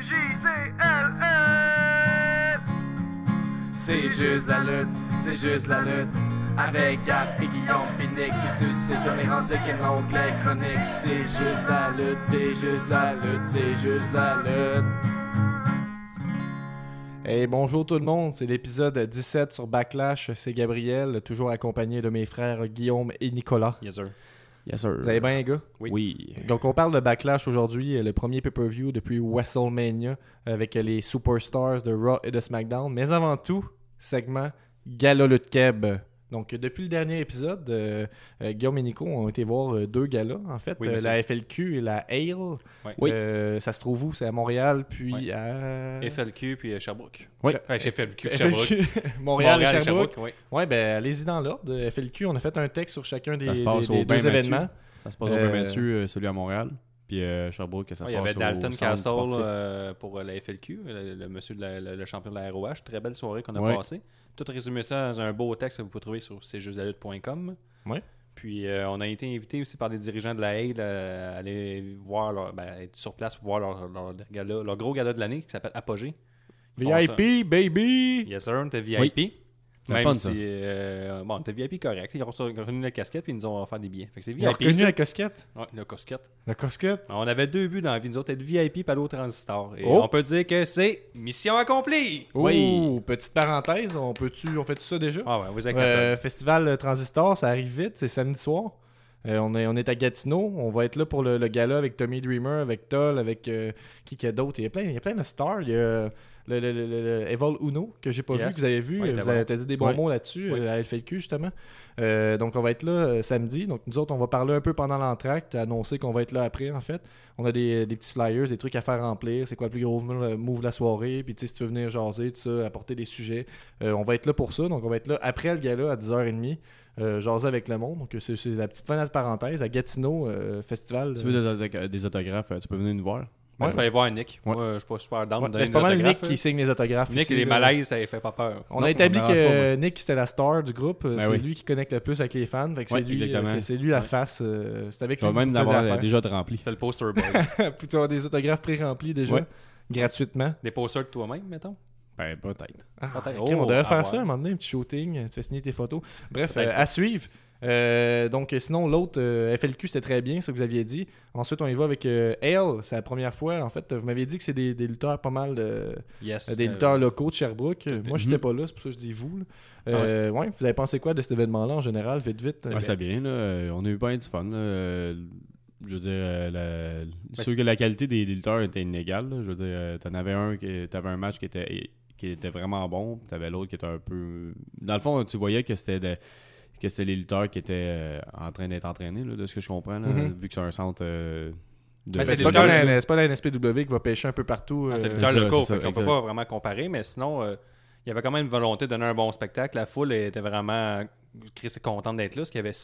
C-J-D-L-L. C'est juste la lutte, c'est juste la lutte. Avec Gap et Guillaume Pinique qui suscite comme les rendus qu'un onglet chronique. C'est juste la lutte, c'est juste la lutte, c'est juste la lutte. Hey, bonjour tout le monde, c'est l'épisode 17 sur Backlash. C'est Gabriel, toujours accompagné de mes frères Guillaume et Nicolas. Yes sir. Yes sir. Vous allez bien les gars? Oui. Donc on parle de Backlash aujourd'hui, le premier pay-per-view depuis WrestleMania avec les superstars de Raw et de SmackDown. Mais avant tout, segment Gala Lutte Keb. Donc, depuis le dernier épisode, Guillaume et Nico ont été voir deux galas, en fait, Oui, la FLQ et la Ale. Ouais. Oui. Ça se trouve où? C'est à Montréal, puis Ouais. à... FLQ puis Sherbrooke. Oui. FLQ, Sherbrooke. Montréal et Sherbrooke. Oui. Oui, ben allez-y dans l'ordre. FLQ, on a fait un texte sur chacun des Ça se passe deux au Bain événements. Ça se passe au Bain-Mathieu, celui à Montréal. Puis Sherbrooke, ça se Il y passe avait Dalton au centre Castle sportif. pour la FLQ, le monsieur le champion de la ROH. Très belle soirée qu'on a Ouais. passée. Tout résumé ça dans un beau texte que vous pouvez trouver sur cjustlalutte.com. Ouais. Puis on a été invité aussi par des dirigeants de la Haye à aller voir être sur place pour voir leur gros gala de l'année qui s'appelle Apogée. Ils font VIP, baby! ça. Yes sir, on était VIP. C'est Même fun, si, ça. on était VIP correct. Ils ont reconnu la casquette puis ils nous ont offert des billets. Fait que c'est Ils ont VIP. reconnu ça. la casquette? Ouais, la casquette. La casquette? On avait deux buts dans la vie, nous autres, être VIP par l'autre transistor. Et Oh. on peut dire que c'est mission accomplie! Oui! Petite parenthèse, on fait ça déjà? Ah ouais, vous avez Festival Transistor, ça arrive vite, c'est samedi soir. On est à Gatineau, on va être là pour le gala avec Tommy Dreamer, avec Toll, avec qui qu'il y a d'autres. Il y a plein de stars. Il y a le Evil Uno que j'ai pas vu, que vous avez vu. Ouais, Vous avez dit des bons mots là-dessus Oui. à FLQ justement. Donc on va être là samedi. Donc nous autres, on va parler un peu pendant l'entracte, annoncer qu'on va être là après en fait. On a des petits flyers, des trucs à faire remplir. C'est quoi le plus gros move de la soirée? Puis tu sais, si tu veux venir jaser, tout ça, apporter des sujets. On va être là pour ça. Donc on va être là après le gala à 10h30. Jaser avec le monde. Donc, c'est la petite fenêtre parenthèse à Gatineau Festival. Si tu veux des autographes, tu peux venir nous voir. Tu peux aller voir Nick. Ouais. Moi, je suis pas super down. C'est pas mal Nick qui signe les autographes. Nick ici, et les là. malaises, ça ne fait pas peur. On Non, a établi on dérange pas, que moi. Nick c'était la star du groupe. C'est oui. lui qui connecte le plus avec les fans. Fait que Ouais, c'est lui, exactement. c'est lui la face. C'est avec Je lui vais même que vous faisiez d'avoir affaire. déjà de rempli. C'est le poster boy. Puis tu vas avoir des autographes pré-remplis déjà. Ouais. Gratuitement. Des posters de toi-même, mettons. Ben, peut-être. Ah, Peut-être. ok, on devrait à faire voir. ça un moment donné, un petit shooting. Tu fais signer tes photos. Bref, Peut-être. à suivre. Donc sinon l'autre FLQ c'était très bien, ça que vous aviez dit. Ensuite on y va avec Ale, c'est la première fois en fait. Vous m'aviez dit que c'est des lutteurs pas mal Yes. des lutteurs locaux de Sherbrooke. Moi j'étais pas là, c'est pour ça que je dis vous là. Ouais, vous avez pensé quoi de cet événement là en général, vite Ouais, c'était bien, là. On a eu bien du fun, là. Je veux dire, c'est sûr que la qualité des lutteurs était inégale, là. Je veux dire, t'avais un match qui était vraiment bon, t'avais l'autre qui était un peu... Dans le fond, tu voyais que c'était les lutteurs qui étaient en train d'être entraînés, là, de ce que je comprends, là, vu que c'est un centre de... Ben, c'est c'est des pas, lutteurs- c'est pas la NSPW qui va pêcher un peu partout. C'est c'est le lutteur ça, locaux, c'est ça, fait qu'on peut exact. pas vraiment comparer, mais sinon, il y avait quand même une volonté de donner un bon spectacle. La foule était vraiment contente d'être là, parce qu'il y avait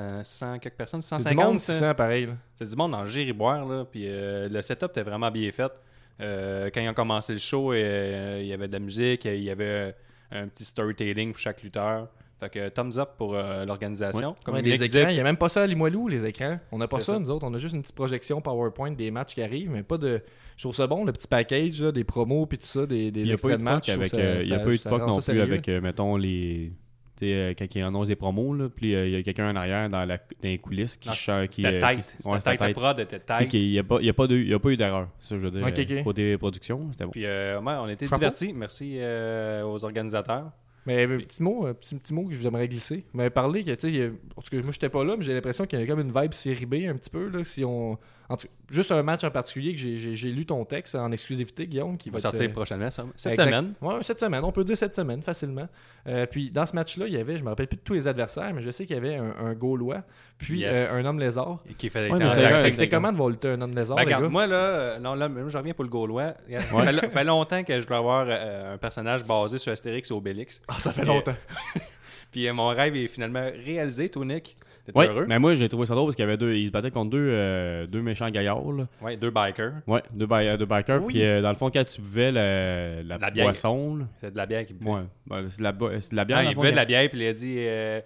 100 quelques personnes, c'est du 150. monde 600 pareil. Là. C'est du monde dans le gériboire, là, puis le setup était vraiment bien fait. Quand ils ont commencé le show, il y avait de la musique, il y avait un petit storytelling pour chaque lutteur. Fait que thumbs up pour l'organisation. Comme Ouais, Nick les disait, écrans, il n'y a même pas ça à Limoilou, les écrans. On n'a pas C'est ça, ça. nous autres. On a juste une petite projection PowerPoint des matchs qui arrivent, mais pas de. Je trouve ça bon, le petit package, là, des promos puis tout ça, des Il n'y a extraits pas eu de de matchs. fuck avec... je trouve ça- Il n'y a ça- pas eu de ça fuck rend non ça plus sérieux. avec, mettons, les... Tu sais, quand il annonce des promos, là, puis il y a quelqu'un en arrière dans les coulisses qui Non, chante... c'était tight. Ouais, C'était tight. La prod était Tu sais tight. qu'il n'y a pas eu d'erreur, ça je veux dire. Ok. Côté production, c'était bon. Puis ouais, on a été Chapeau. divertis. Merci aux organisateurs. Mais petit mot que j'aimerais glisser. Vous m'avez parlé que, tu sais, en tout cas, moi, j'étais pas là, mais j'ai l'impression qu'il y a comme une vibe série B un petit peu, là, si on... En tout cas, juste un match en particulier que j'ai lu ton texte en exclusivité, Guillaume, qui Il va va être, sortir prochainement, ça. Cette exact. semaine. Ouais, cette semaine. On peut dire cette semaine, facilement. Puis, dans ce match-là, il y avait, je me rappelle plus de tous les adversaires, mais je sais qu'il y avait un Gaulois, puis Yes. un homme lézard. Et qui fait Ouais, mais dans- c'est dans- vrai, Fait que c'était d'accord. comment de voir lutter un homme lézard, Ben, les regarde, gars? moi, là, moi, je reviens pour le Gaulois. Ça fait longtemps que je dois avoir un personnage basé sur Astérix et Obélix. Ah, ça fait Puis, longtemps. Puis mon rêve est finalement réalisé, toi, Nick. T'es Ouais, heureux? mais moi j'ai trouvé ça drôle parce qu'il y avait ils se battaient contre deux méchants gaillards, là. Ouais, deux bikers. Ouais, deux bikers. Oui. Puis dans le fond, quand tu buvais la bière. boisson, là, C'est de la bière qui buvait. ouais, c'est de la bière. Ah, dans il le fond, buvait de la bière, puis il a dit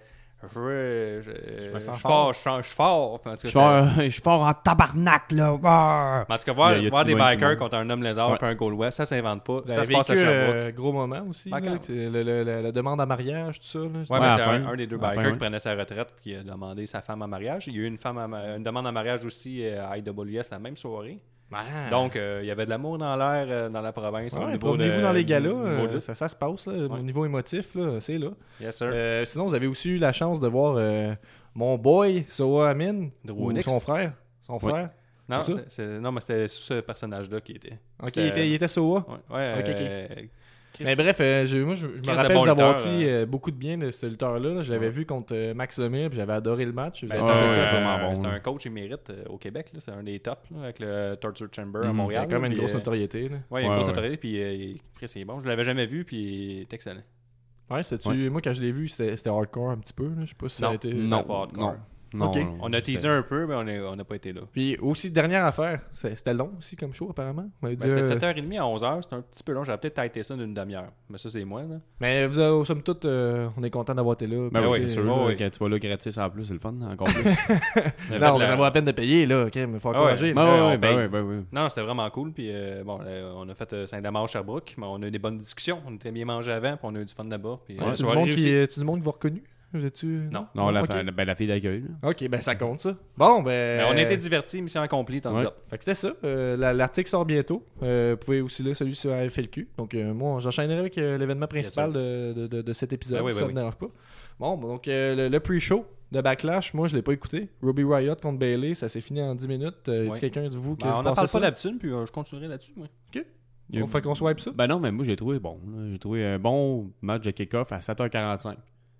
Je me sens suis fort. Je suis fort. En tout cas, Je suis fort en tabarnak, là. Ah! Mais en tout cas, voir Il y a des tout le bikers monde. contre un homme lézard Ouais. et un Gaulois, ça s'invente pas. Vous Ça avez se passe à vécu Sherbrooke. gros moment aussi, là, D'accord. que c'est la demande en mariage, tout ça. Là. Ouais, Ouais, mais à c'est la fin. un des deux À la bikers fin, qui prenait sa retraite et qui a demandé sa femme en mariage. Il y a eu une demande en mariage aussi à IWS la même soirée. Ah. Donc, il y avait de l'amour dans l'air dans la province. au Ouais, niveau promenez-vous dans les galas, niveau de lutte. ça se passe, là, au niveau émotif, là, c'est là. Yes, sir. Sinon, vous avez aussi eu la chance de voir mon boy, Soa Amin, Drew ou Onyx. son frère. Son Ouais. frère. Non, c'est ça? non, mais c'était ce personnage-là qui était. Ok, C'était- il était Soa. Ouais, Ok, ok. Chris- Mais bref, moi, je me de rappelle bon vous avoir lutteur, dit beaucoup de bien de ce lutteur-là. là. Je l'avais Ouais. vu contre Max Lemire, puis j'avais adoré le match. Ben, Vous c'est avez ouais, pensé un, quoi? vraiment bon, c'est là. un coach émérite au Québec. là. C'est un des tops là, avec le Torture Chamber à Mhm. Il Montréal. a quand même une puis, grosse notoriété. Là. Ouais, il y a une Ouais, grosse ouais. notoriété. Puis Chris, il est bon. Je l'avais jamais vu. Puis il est excellent. Ouais, c'est-tu- Ouais. moi, quand je l'ai vu, c'était hardcore un petit peu. Là. Je sais pas si ça a Non. été. Non. Non, pas hardcore. non. Non, Ok. non. On a teasé un peu, mais on n'a pas été là. Puis aussi, dernière affaire, c'était long aussi comme show, apparemment. On m'avait dit, Ben, c'était 7h30 à 11h. C'était un petit peu long. J'aurais peut-être tighté ça d'une demi-heure. Mais ça, c'est moi. Là. Mais somme toute, on est content d'avoir été là. Ben Puis, oui, tu c'est sais, sûr. ouais, là, ouais. Quand tu vas là gratis en plus, c'est le fun, encore plus. Non, mais ça vaut la peine de payer, là. Ok, mais faut encourager. Ben là. ouais, on ouais, paye. ouais, ouais. Non, c'était vraiment cool. Puis bon, on a fait Saint-Damas Sherbrooke, mais on a eu des bonnes discussions. On était bien mangé avant, puis on a eu du fun là-bas. Puis Ouais, la c'est du soirée monde réussie. tu du monde qui vous a reconnu? Vous êtes-tu... Non. Non, ok. la fille d'accueil. là. Ok, ben ça compte ça. Bon, ben... Mais on a été divertis, mission accomplie, tant Ouais. que Fait que c'était ça. L'article sort bientôt. Vous pouvez aussi lire celui sur AFLQ. Donc, moi, j'enchaînerai avec l'événement principal de cet épisode, Ben oui, si ben ça ne oui. me dérange pas. Bon, donc, le pre-show de Backlash, moi, je l'ai pas écouté. Ruby Riott contre Bayley, ça s'est fini en 10 minutes. Y a Ouais. quelqu'un de vous qui Ben, vous on n'en pensez parle ça? pas d'habitude, puis je continuerai là-dessus. Moi. On fait qu'on swipe ça? Ben non, mais moi, j'ai trouvé bon. là. J'ai trouvé un bon match de kick-off à 7h45.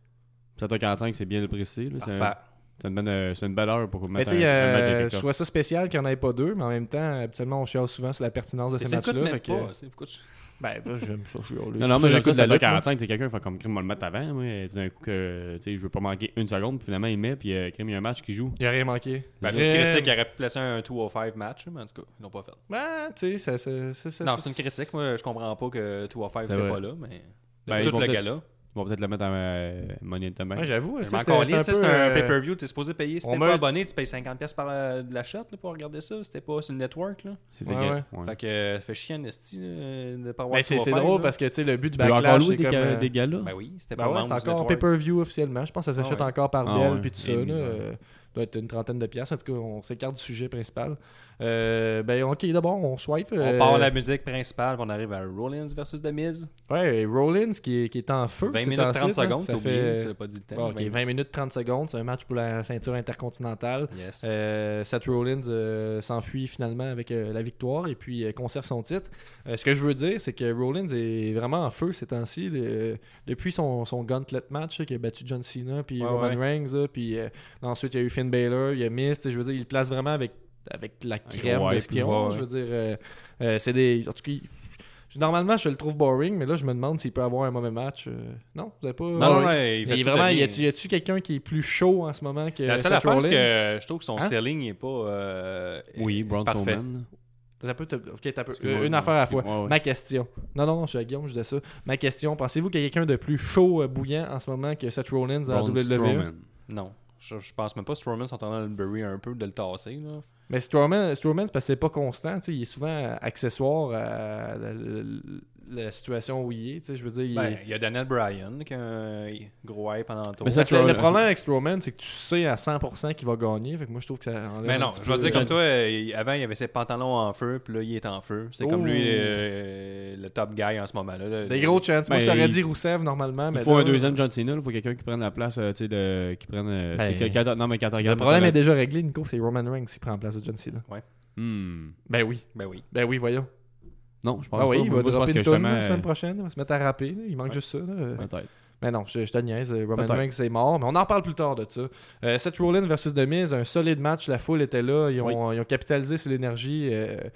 7h45, c'est bien le précis. Là. Parfait. C'est une belle heure pour Mais mettre tu sais, un match de je kick-off. trouvais ça spécial qu'il n'y en ait pas deux, mais en même temps, habituellement, on chiale souvent sur la pertinence de Mais ces c'est matchs-là. même fait que- pas. C'est pourquoi tu- Ben, moi, j'aime ça chialer. Non, non, mais j'écoute j'écoute la lutte, moi. 45, c'est quelqu'un qui fait comme crime, va le mettre avant. Moi, tout d'un coup, que, tu sais, je veux pas manquer une seconde, puis finalement, il met, puis crime, il y a un match qui joue. Il n'y a rien manqué. Ben, Crime. c'est une critique, il aurait pu placer un 205 match, mais en tout cas, ils l'ont pas fait. Ben, tu sais, ça. Non, c'est une critique. Moi, je comprends pas que 205 C'est n'était vrai. pas là, mais. Ben, ils tout vont le peut-être- gala. Ils vont peut-être le mettre en money in the bank. Ouais, j'avoue. tu sais, Mais c'était- encore c'était lisse, c'est peu, un pay-per-view, t'es supposé payer. Si on t'es m'a pas dit- abonné, tu payes 50$ par de la shot là, pour regarder ça. C'était pas sur le network. Là. C'est Ouais, vrai. ouais. Fait que ça fait chier en esti de pas avoir Ben, c'est 205, drôle là. parce que, tu sais, le but du Tu peux encore backlash, louer c'est comme... des galas. Ben oui, c'était Ben pas ouais, membre c'est du encore network. pay-per-view officiellement. Je pense que ça s'achète Ah ouais. encore par Ah Bell ouais. puis tout ça. Et Là, misère. doit être une trentaine de piastres. En tout cas, on s'écarte du sujet principal. Ben, ok, d'abord, on swipe. On part la musique principale, puis on arrive à Rollins versus The Miz. Ouais, Rollins qui est en feu. 20 ces minutes temps-ci, 30 là. secondes, Ça t'as oublié, fait... tu l'as pas dit le temps. Bon, ok, 20 minutes 30 secondes. C'est un match pour la ceinture intercontinentale. Yes. Seth Rollins s'enfuit finalement avec la victoire et puis conserve son titre. Ce que je veux dire, c'est que Rollins est vraiment en feu ces temps-ci. Depuis son gauntlet match là, qui a battu John Cena puis Ouais, Roman ouais. Reigns. Là, puis ensuite, il y a eu Finn Balor, il y a Miz. Je veux dire, il le place vraiment avec la crème ouais, de ce qu'ils puis ont. ouais, Je veux dire, c'est des... En tout cas, normalement, je le trouve boring, mais là, je me demande s'il peut avoir un mauvais match. Non, vous avez pas... Non, Ouais. il Mais fait tout vraiment, de bien. y a-tu quelqu'un qui est plus chaud en ce moment que La seule Seth affaire, c'est Rollins? que je trouve que son Hein? selling n'est pas Oui, Braun parfait. Strowman. T'as peu. Excuse-moi. Une affaire à la fois. Ouais, ouais. Ma question. Non, je suis à Guillaume, je dis ça. Ma question, pensez-vous qu'il y a quelqu'un de plus chaud, bouillant en ce moment que Seth Rollins à la Braun WWE? Strowman. Non. Je pense même pas que Strowman sont en train de le bury un peu, de le tasser. Là. Mais Strowman, c'est parce que c'est pas constant. Tu sais, il est souvent accessoire à la situation où il est. Tu sais, je veux dire, Il y a Daniel Bryan qui a un gros hype pendant le tour. Mais Parce que Seth le Rollins- problème avec Strowman, c'est que tu sais à 100% qu'il va gagner. Fait que moi, je trouve que ça enlève Mais un non, petit je vais peu- dire comme toi, avant il avait ses pantalons en feu, puis là il est en feu. C'est comme Oh. lui le top guy en ce moment-là. Des gros chances. Moi, Ben, je t'aurais il- dit Rousseff normalement. Il Mais faut là, un deuxième John Cena, il faut quelqu'un qui prenne la place, tu sais, qui prenne... Ben, non, mais quand tu Le regardes... problème est déjà réglé, Nico. C'est Roman Reigns qui prend la place de John Cena. Ben oui. Ben oui. Ben oui, voyons. Non, je pense Ah oui, pas. il Moi, va je pense dropper que une tonne justement, la semaine prochaine. Il va se mettre à rapper. Là. Il manque juste ça. Là. Peut-être. Mais non, je te niaise. Roman Peut-être. Reigns, c'est mort. Mais on en reparle plus tard de ça. Seth Rollins versus The Miz, un solide match. La foule était là. Ils ont capitalisé sur l'énergie.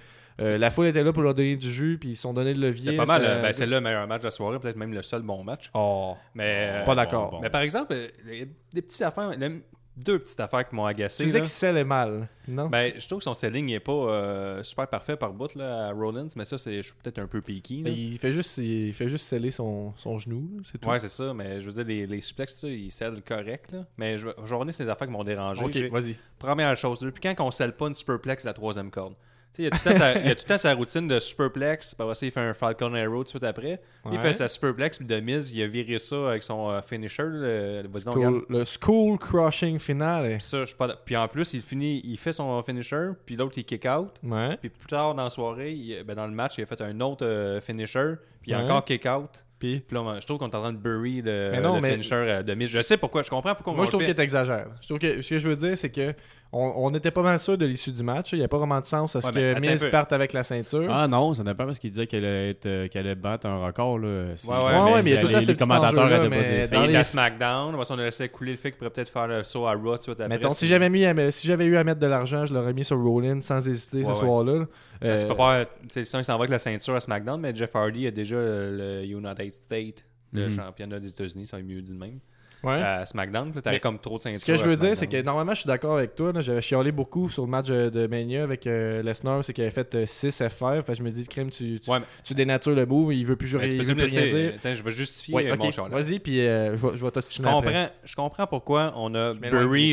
La foule était là pour leur donner du jus. Puis ils se sont donné le levier. C'est pas mal. ça- C'est le meilleur match de la soirée, peut-être même le seul bon match. Oh, Mais, pas d'accord. mais par exemple, des petites affaires. deux petites affaires qui m'ont agacé. Tu disais là. qu'il scellait mal, non? Ben, je trouve que son selling n'est pas super parfait par bout là, à Rollins, mais ça, je suis peut-être un peu piqué. là. Il fait juste sceller son genou, là, c'est tout. Ouais, c'est ça, mais je veux dire, les suplexes, ça, ils scellent correct. Là. Mais je vais revenir sur des affaires qui m'ont dérangé. Ok, vas-y. Première chose, depuis quand on scelle pas une superplex à la troisième corde? Il y a tout le temps sa routine de superplex, puis après ça, il fait un Falcon Arrow tout de suite après. Il Ouais. fait sa superplex, puis de mise, il a viré ça avec son finisher. Vas-y donc, regarde. Le School Crushing Finale. Ça, je suis pas... Puis en plus, il fait son finisher, puis l'autre, il kick out. Ouais. Puis plus tard dans la soirée, dans le match, il a fait un autre finisher, puis il a Ouais. encore kick out. Puis, Puis là, je trouve qu'on est en train de bury Mais non, le mais- finisher de mise. Je sais pourquoi, je comprends pourquoi moi, je on trouve le que fait. t'exagères. Je trouve que ce que je veux dire, c'est que on était pas mal sûr de l'issue du match. Il n'y a pas vraiment de sens à ce Ouais, mais que attends Miz un peu. parte avec la ceinture. Ah non, ça dépend parce qu'il disait qu'elle allait battre un record. Là. ouais, mais il y a tout le temps ce les petit commentateurs enjeu-là, n'étaient pas mais dire ça. dans Il est les- à SmackDown. Après ça, on a laissé couler le fait qu'il pourrait peut-être faire le saut à Raw tout de suite après. Mettons, si j'avais eu à mettre de l'argent, je l'aurais mis sur Rollins sans hésiter ce Ouais. soir-là. C'est pas il s'en va avec la ceinture à SmackDown, mais Jeff Hardy a déjà le United States, le championnat des États-Unis, ça va mieux dit de même. Ouais. À SmackDown, puis t'avais Mais comme trop de ceintures. Ce que je à veux dire, c'est que SmackDown. normalement, je suis d'accord avec toi. Là. J'avais chialé beaucoup sur le match de Mania avec Lesnar, c'est qu'il avait fait 6 FR. Fait que je me dis, crime, tu Ouais, mais- tu dénatures le move, il veut plus Ben, jurer, tu il peux veut me plus rien laisser. dire. Attends, je vais justifier Ouais, mon ok, char. vas-y, puis je vais t'ostiner après. Je comprends pourquoi on a Je m'éloigne bury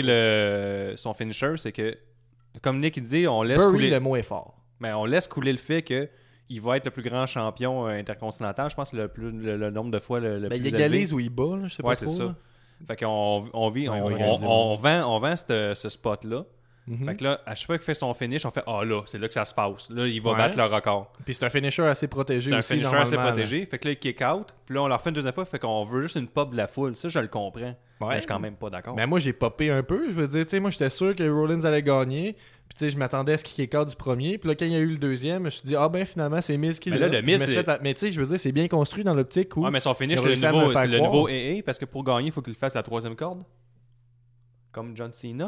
du son finisher, c'est que, comme Nick il dit, on laisse Bury, couler. le mot est fort. Mais on laisse couler le fait que il va être le plus grand champion intercontinental. Je pense que le nombre de fois le Ben, plus il élevé. égalise ou il bat, là, je sais pas Ouais, trop. c'est ça. là. Fait qu'on Ouais, organiser, on vend ce spot-là. Mhm. Fait que là, à chaque fois qu'il fait son finish, on fait ah là, c'est là que ça se passe. Là, il va Ouais. battre le record. Puis c'est un finisher assez protégé C'est un aussi, finisher assez normalement, protégé. Fait que là, il kick out. Puis là, on leur fait une deuxième fois. Fait qu'on veut juste une pop de la foule. Ça, je le comprends. là. Mais Ouais. je suis quand même pas d'accord. Mais moi, j'ai popé un peu. Je veux dire, tu sais, moi, j'étais sûr que Rollins allait gagner. Puis, tu sais, je m'attendais à ce qu'il kick out du premier. Puis là, quand il y a eu le deuxième, je me suis dit, ah ben, finalement, c'est Miz qui Mais l'a. là, le Puis je Miz, me suis c'est- fait mais tu sais, je veux dire, c'est bien construit dans l'optique où. Ouais, mais son finish, il a c'est réussi à me le faire le croire. nouveau AA. Parce que pour gagner, il faut qu'il fasse la troisième corde. Comme John Cena.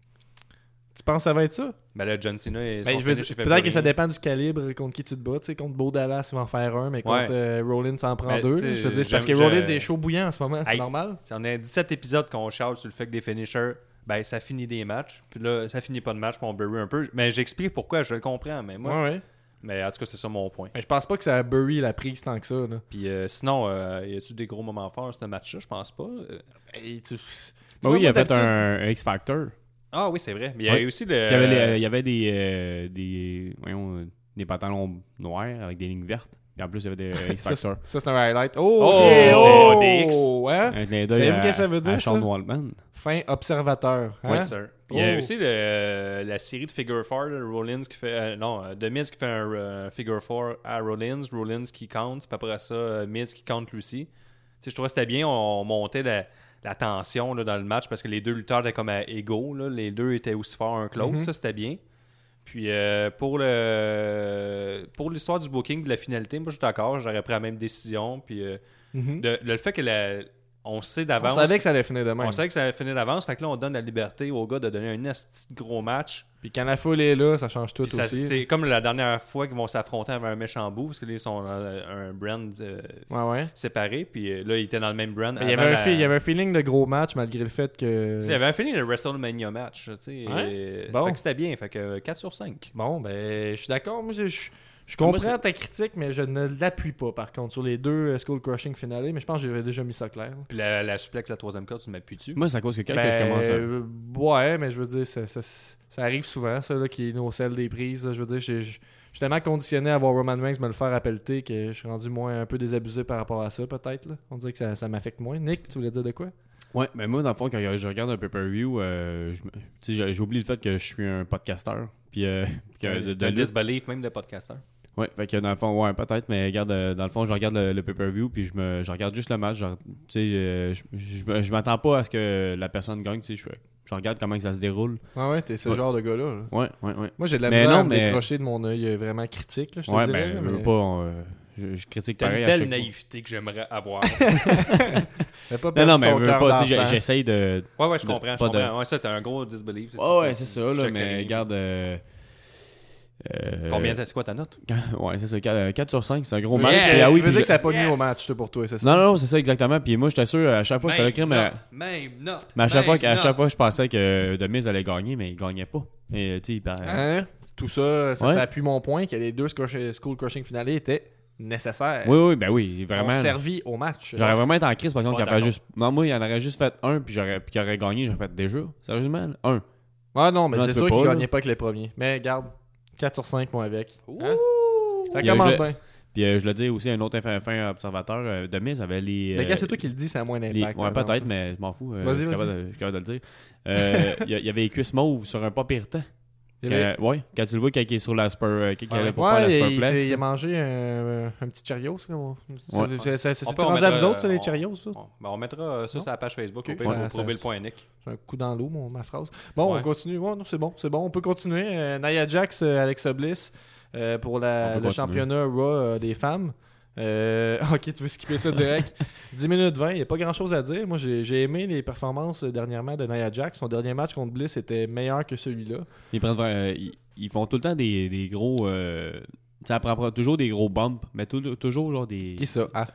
Tu penses que ça va être ça? Ben là, John Cena, Ben, son je veux finish, dire, il fait peut-être plus que ça rien. dépend du calibre contre qui tu te bats. Tu sais, contre Bo Dallas, il va en faire un, mais contre Ouais. Rollins, ça en prend Ben, deux. tu sais, là. Je veux dire, c'est parce que j'aime- Rollins je- est chaud bouillant en ce moment, c'est Hey. normal. Si on a 17 épisodes qu'on charge sur le fait que des finishers, ben ça finit des matchs. Puis là, ça finit pas de match, puis on bury un peu. Mais j'explique pourquoi, je le comprends. Mais moi, Ouais, ouais. mais en tout cas, c'est ça mon point. Mais je pense pas que ça a bury la prise tant que ça. Là. Puis sinon, y a-tu des gros moments forts ce match-là? Je pense pas. Hey, tu- Ben oui, il a fait d'habitude- un X-Factor. Ah oui, c'est vrai. Mais il y a Ouais. eu aussi le. Il y avait des pantalons noirs avec des lignes vertes. Et en plus, il y avait des Ça, X-Factor. c'est un highlight. Oh, Oh, ok, des X. Hein? Un clin d'œil Savez-vous à- qu'est-ce que ça veut dire, à Sean ça? Waltman. Fin observateur. Hein? Oui, sir. Puis il y a Oh. aussi la série de Figure 4, là, Rollins qui fait. The Miz qui fait un Figure 4 à Rollins qui compte. Puis après ça, Miz qui compte lui aussi. Tu sais, je trouvais que c'était bien. On montait la tension là, dans le match parce que les deux lutteurs étaient comme à égaux. Là. Les deux étaient aussi forts un que l'autre. Mhm. Ça, c'était bien. Puis pour l'histoire du booking de la finalité, moi je suis d'accord. J'aurais pris la même décision. Puis Mhm. le fait que on sait On d'avance. savait que ça allait finir de même. On savait que ça allait finir d'avance, fait que là, on donne la liberté aux gars de donner un esti de gros match. Puis quand la foule est là, ça change tout Puis ça- aussi. c'est comme la dernière fois qu'ils vont s'affronter avec un méchant bout, parce que là, ils sont dans un brand Ouais, ouais. séparé, puis là, ils étaient dans le même brand. Mais il y avait un feeling de gros match malgré le fait que. Il y avait un feeling de WrestleMania match, tu sais. Ouais? Bon. Fait que c'était bien, fait que 4 sur 5. Bon, ben, je suis d'accord. Moi, je Moi, comprends c'est- ta critique, mais je ne l'appuie pas, par contre, sur les deux Skull Crushing finale. Mais je pense que j'avais déjà mis ça clair. Puis la suplex à la troisième corde, tu m'appuies dessus. Moi, c'est à cause que quand Ben, que je commence à... ouais, mais je veux dire, ça arrive souvent, ça, là, qui est nos selles des prises. Là. Je veux dire, je suis tellement conditionné à voir Roman Reigns me le faire appelter que je suis rendu moins un peu désabusé par rapport à ça, peut-être. Là. On dirait que ça m'affecte moins. Nick, tu voulais dire de quoi? Ouais, mais moi, dans le fond, quand je regarde un pay-per-view, j'oublie le fait que je suis un podcasteur. Puis que de disbelief, même de podcaster. Ouais, fait que dans le fond, ouais, peut-être, mais regarde, dans le fond, je regarde le pay-per-view, puis je regarde juste le match. Genre, tu sais, je m'attends pas à ce que la personne gagne, tu sais, je regarde comment que ça se déroule. Ah ouais, t'es ce Ouais. genre de gars-là. là. Ouais. Moi, j'ai de la Mais misère non, à me mais- décrocher de mon œil vraiment critique, là, je te Ouais, dirais. ben, là, je veux mais- pas, je critique T'as pareil une à belle chaque fois. naïveté que j'aimerais avoir. Fais pas Non, perdre non, mais ton je veux cœur pas, tu sais, d'enfant. j'essaye de... Ouais, je De- comprends. pas de- Ouais, ça, t'as un gros disbelief. Ouais, c'est ça, là, check mais rien. regarde... C'est quoi ta note? Ouais, c'est ça. 4 sur 5, c'est un gros Tu match. veux dire Puis, que- ah oui, tu veux puis dire que ça n'a je- pas nuit au match, ça, pour toi, c'est ça? Non, c'est ça, exactement. Puis moi, j'étais sûr, à chaque fois, je fais le crime. Même note. Mais à chaque fois, je pensais que The Miz allait gagner, mais il gagnait pas. Et tu sais, Hein? Tout ça, Ouais. ça appuie mon point que les deux School Crushing finale étaient nécessaires. Oui, ben oui, vraiment. Ont servi au match. J'aurais vraiment été en crise, par contre, Pas qu'il aurait d'accord. juste. Non, moi, il en aurait juste fait un, puis qu'il aurait gagné, j'aurais fait déjà. Sérieusement, un. Ah non, mais Non, c'est tu sûr peux qu'il pas, gagnait là. pas avec les premiers. Mais garde, 4 sur 5, moi, avec. Hein? Ça Puis, commence je- bien. Puis je le dis aussi à un autre fin observateur, The Miz avait les. Mais gars, c'est toi qui le dis, ça a moins d'impact. Ouais, par peut-être, exemple. mais je m'en fous. Vas-y, je suis vas-y. capable de le dire. Il y avait les cuisses mauves sur un pas pire temps. Il y avait- Ouais, quand tu le vois, quand il est sur la spur, quand il allait pour faire la Ouais, spurplex. il a mangé un petit Cheerios. Ça. Ouais. On C'est peut rendu à vous mettre, autres, ça, les on- Cheerios? Ça? on mettra ça Non? sur la page Facebook Ok. au pire, Ouais, pour ça- prouver le point Nick. C'est un coup dans l'eau, ma phrase. Bon, Ouais. on continue. Ouais, non, c'est bon. On peut continuer. Nia Jax, Alexa Bliss pour On peut le continuer. championnat Raw des femmes. Ok, tu veux skipper ça direct. 10 minutes 20, il n'y a pas grand chose à dire. Moi, j'ai aimé les performances dernièrement de Nia Jax. Son dernier match contre Bliss était meilleur que celui-là. Ils font tout le temps des gros. Ça prend toujours des gros bumps, mais toujours genre des. Qui ça? Ah.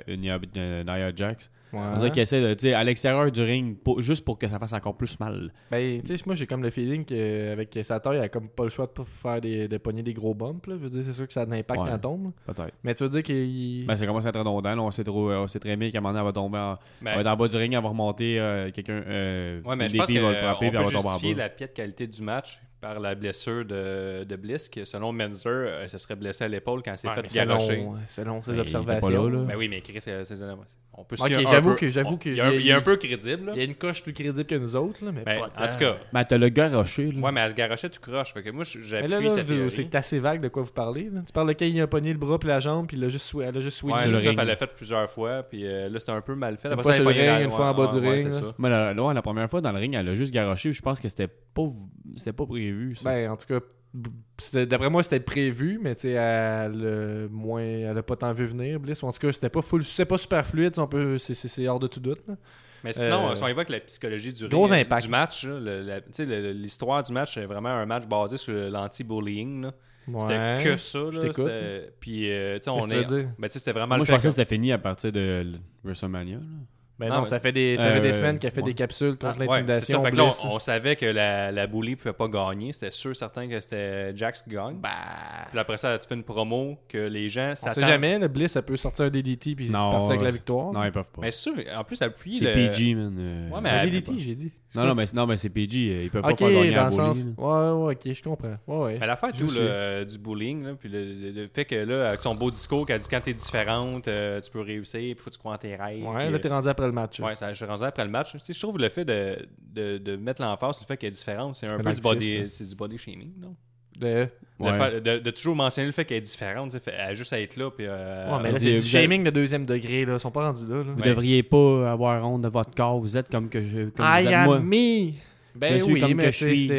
Nia Jax. Ouais. On dirait qu'ils essaient de, tu sais, à l'extérieur du ring, juste pour que ça fasse encore plus mal. Ben, tu sais, moi, j'ai comme le feeling qu'avec sa taille, elle a comme pas le choix de faire de pogner des gros bumps. Là. Je veux dire, c'est sûr que ça a de l'impact Ouais. quand elle tombe. là. Peut-être. Mais tu veux dire qu'il. Ben, ça commence à être redondant. Là, on sait très bien qu'à un moment donné, elle va tomber elle va être en bas du ring, elle va remonter quelqu'un. Ouais, mais je une pense DP va le frapper, qu'on puis elle peut va tomber en justifier bas. la piètre qualité du match par la blessure de Bliss, que selon Menzer, se serait blessé à l'épaule quand elle s'est Ouais, fait mais garrocher. selon ses Ben, il était observations. pas là, là. Ben oui, mais Chris, on peut se Ok, fier un j'avoue peu- que- il est un peu crédible. Là. Il y a une coche plus crédible que nous autres, là, mais Ben, pas en tant. tout cas, Ben, t'as le gars rocher, là. ouais, mais elle se garochait, tu croches. Fait que moi, Mais j'appuie là, sa théorie. c'est assez vague de quoi vous parlez. Là. Tu parles de quand il a pogné le bras puis la jambe, puis elle a juste swingé. Ouais, sur c'est le ça, ring. elle l'a fait plusieurs fois, puis là, c'était un peu mal fait. Une Après fois ça, sur elle le pognait ring, une fois en bas du ouais, ring, c'est là. ça. Mais la première fois dans le ring, elle a juste garoché. Je pense que c'était pas prévu. Ça. Ben, en tout cas, d'après moi, c'était prévu, mais tu sais, elle a pas tant vu venir, Bliss. Ou en tout cas, c'était pas super fluide, c'est hors de tout doute. Là. Mais sinon, si on évoque la psychologie du, Gros ring, impact. du match, là, tu sais, l'histoire du match, c'est vraiment un match basé sur l'anti-bullying. là. Ouais. C'était que ça. Je Là, t'écoute. Puis, tu sais, Qu'est-ce on que tu veux est. dire? Ben, tu sais, c'était vraiment Moi, le je fait pensais que que- c'était fini à partir de WrestleMania. là. Ben Non, non, mais ça fait des semaines qu'elle fait ouais. des capsules contre Ouais, c'est ça. l'intimidation. Fait que là, Bliss. on savait que la bully pouvait pas gagner. C'était sûr, certain que c'était Jax qui gagne. Bah, Puis après ça, tu fais une promo que les gens on s'attendent. sait jamais, le Bliss, ça peut sortir un DDT puis Non, partir avec la victoire. Non, ils peuvent pas. Mais sûr, en plus, appuie C'est le. PG, man. Ouais, mais Un elle- DDT, j'ai dit. Non, mais c'est PG. Ils peuvent Ok, pas faire gagner dans à le sens. Bully, Ouais, ok, je comprends. Ouais. Mais l'affaire Je tout suis. du bullying, là, puis le fait que là, avec son beau discours, qu'elle dit quand t'es différente, tu peux réussir, puis faut que tu crois en tes rêves. Ouais, puis, là, t'es rendu après le match. ouais, ça, je suis rendu après le match. Tu sais, je trouve le fait de mettre l'emphase sur le fait qu'elle est différente, c'est un Un peu artiste, c'est du body shaming, non? De- Ouais. De toujours mentionner le fait qu'elle est différente, tu sais, elle a juste à être là, puis... Ouais, mais on là, dit, c'est du vous shaming de deuxième degré, là. Ils sont pas rendus là. Vous Ouais. devriez pas avoir honte de votre corps. Vous êtes comme vous êtes moi. me! Ben Je suis oui, comme mais que je suis.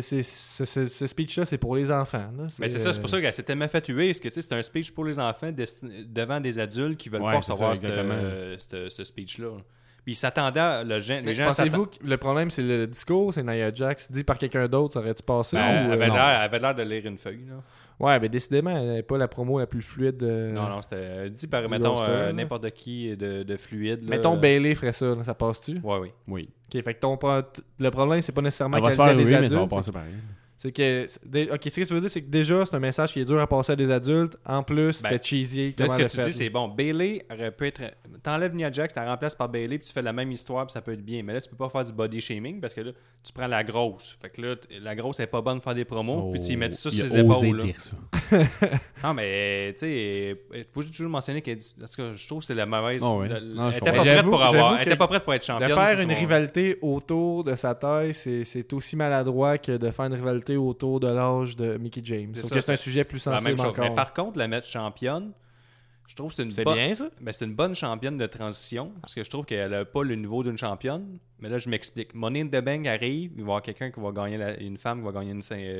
ce speech-là, c'est pour les enfants. Là. Mais c'est ça, c'est pour ça qu'elle s'est tellement fait tuer, parce que tu sais, c'est un speech pour les enfants devant des adultes qui veulent Ouais, pas c'est recevoir ça, exactement. ce speech-là. Puis ils s'attendaient, les gens Pensez-vous que le problème, c'est le discours, c'est Nia Jax dit par quelqu'un d'autre, ça aurait-tu passé? Ben, ou, elle non? avait l'air de lire une feuille. Là. Ouais, mais décidément, elle n'est pas la promo la plus fluide. Non, c'était dit par, du mettons, roster, là. n'importe qui de fluide. Là. Mettons Bailey ferait ça, là, ça passe-tu? Ouais, oui. Oui. Ok, fait que le problème, c'est pas nécessairement Elle va qu'elle se dit à faire des oui, mais ça va adultes. passer pareil. C'est que. Ok, ce que tu veux dire, c'est que déjà, c'est un message qui est dur à passer à des adultes. En plus, Ben, c'était cheesy. Là, Comment ce elle que a tu fait, dis, c'est bon, Bailey aurait pu être. T'enlèves Nia Jax, tu la remplaces par Bailey, puis tu fais la même histoire, puis ça peut être bien. Mais là, tu peux pas faire du body shaming parce que là, tu prends la grosse. Fait que là, la grosse, elle est pas bonne de faire des promos, puis tu y mets tout ça sur ses épaules. Là. dire ça. Non, mais tu sais, faut toujours mentionner qu'elle. En tout cas, je trouve que c'est la mauvaise. Oh, ouais. Elle Non, je était comprends. pas prête J'avoue- pour j'avoue avoir. Elle que était pas prête pour être De championne. faire c'est une son- rivalité autour de sa taille, c'est aussi maladroit que de faire une rivalité autour de l'âge de Mickey James. C'est Sauf ça, que c'est un c'est sujet plus la même sensible chose. encore. Mais par contre, la mettre championne, je trouve que c'est une C'est bonne. bien, ça? Ben, c'est une bonne championne de transition parce que je trouve qu'elle a pas le niveau d'une championne. Mais là, je m'explique. Money in the Bank arrive, il va y avoir quelqu'un qui va gagner une femme qui va gagner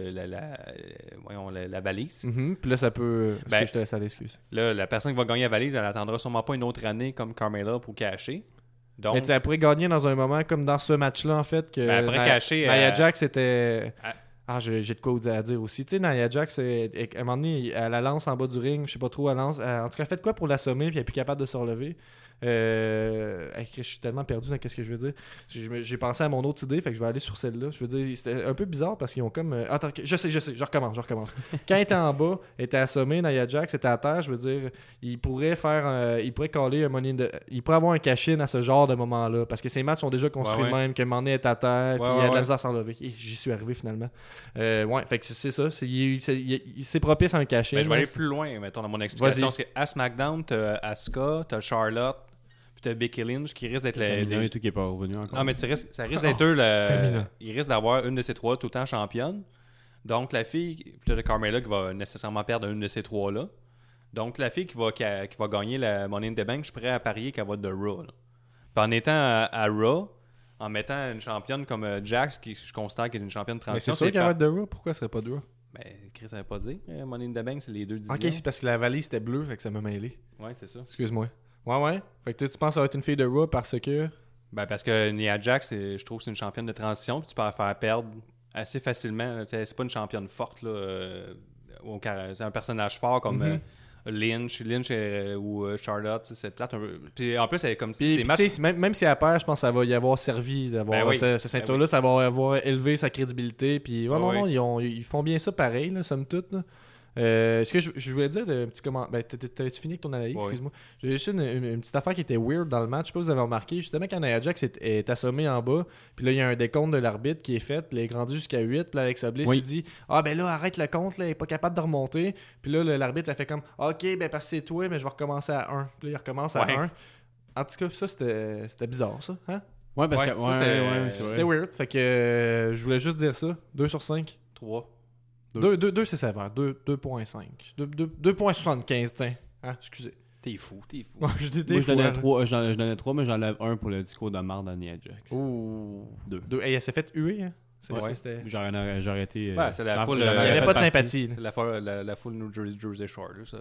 la valise. Mhm. Puis là, ça peut. Ben, je te laisse aller, excuse. Là, la personne qui va gagner la valise, elle attendra sûrement pas une autre année comme Carmella pour cacher. Donc, Mais tu sais, elle pourrait gagner dans un moment comme dans ce match-là, en fait. Que Ben, elle pourrait cacher, Nia Jax était. j'ai de quoi à dire aussi. Tu sais, Nia Jax, à un moment donné, elle la lance en bas du ring, je sais pas trop, elle lance. En tout cas, elle fait de quoi pour l'assommer, puis elle est plus capable de se relever. Je suis tellement perdu dans ce que je veux dire. J'ai pensé à mon autre idée, fait que je vais aller sur celle-là. Je veux dire, c'était un peu bizarre parce qu'ils ont comme. Attends, je sais, je recommence. Quand elle était en bas, elle était assommée, Nia Jax était à terre, je veux dire, il pourrait caller un money il pourrait avoir un cash-in à ce genre de moment-là parce que ces matchs sont déjà construits de même, que Money est à terre, puis il y a de la misère à s'en lever. J'y suis arrivé finalement. Fait que c'est ça. C'est propice à un cash-in. Je vais aller plus loin, mettons, dans mon explication. Parce qu'à SmackDown, t'as Asuka, t'as Charlotte, puis t'as Becky Lynch qui risque d'être et tout qui est pas revenu encore. Non, mais ça risque d'être eux. Il risque d'avoir une de ces trois tout le temps championne. Donc, la fille, puis t'as Carmella qui va nécessairement perdre une de ces trois-là. Donc, la fille qui va gagner la Money in the Bank, je suis prêt à parier qu'elle va être de Raw. Là. Puis en étant à Raw, en mettant une championne comme Jax, qui je constate qu'elle est une championne de transition. Mais c'est sûr qu'elle va être de Raw. Pourquoi elle serait pas de Raw? Ben, Chris n'avait pas dit. Money in the Bank, c'est les deux divisions. Ok, c'est parce que la valise était bleue, fait que ça m'a mêlé. Ouais, c'est ça. Excuse-moi. Ouais. Fait que toi, tu penses que ça va être une fille de Raw parce que... Ben, parce que Nia Jax, je trouve que c'est une championne de transition, puis tu peux la faire perdre assez facilement. C'est pas une championne forte, là. C'est un personnage fort comme Lynch ou Charlotte. C'est plate un peu. Puis en plus, elle est comme si même si elle perd, je pense que ça va y avoir servi d'avoir cette ceinture-là. Ça va avoir élevé sa crédibilité. Puis non, ils font bien ça pareil, là, somme toute. Là. Ce que je voulais dire, un petit comment. Ben, t'as-tu fini avec ton analyse? Excuse-moi. J'ai juste une petite affaire qui était weird dans le match. Je sais pas si vous avez remarqué. Justement, quand Nia Jax est assommée en bas, puis là, il y a un décompte de l'arbitre qui est fait, puis il est grandi jusqu'à 8. Puis Alexa Bliss, il dit ben là, arrête le compte, là, il est pas capable de remonter. Puis là, l'arbitre a fait comme OK, ben parce que c'est toi, mais je vais recommencer à 1. Puis là, il recommence à 1. En tout cas, ça, c'était bizarre, ça. Hein? Ouais, parce que c'était weird. Fait que je voulais juste dire ça. 2 sur 5. 3. 2 c'est sévère. 2.5. 2.75, tiens. Excusez. T'es fou. Moi, je donnais 3, mais j'enlève 1 pour le discours de marde à Nia Jax. Ouh. 2. Et elle s'est fait huer, hein? J'aurais été... c'est la foule... Il n'y avait pas de sympathie. C'est la foule New Jersey Shore. C'est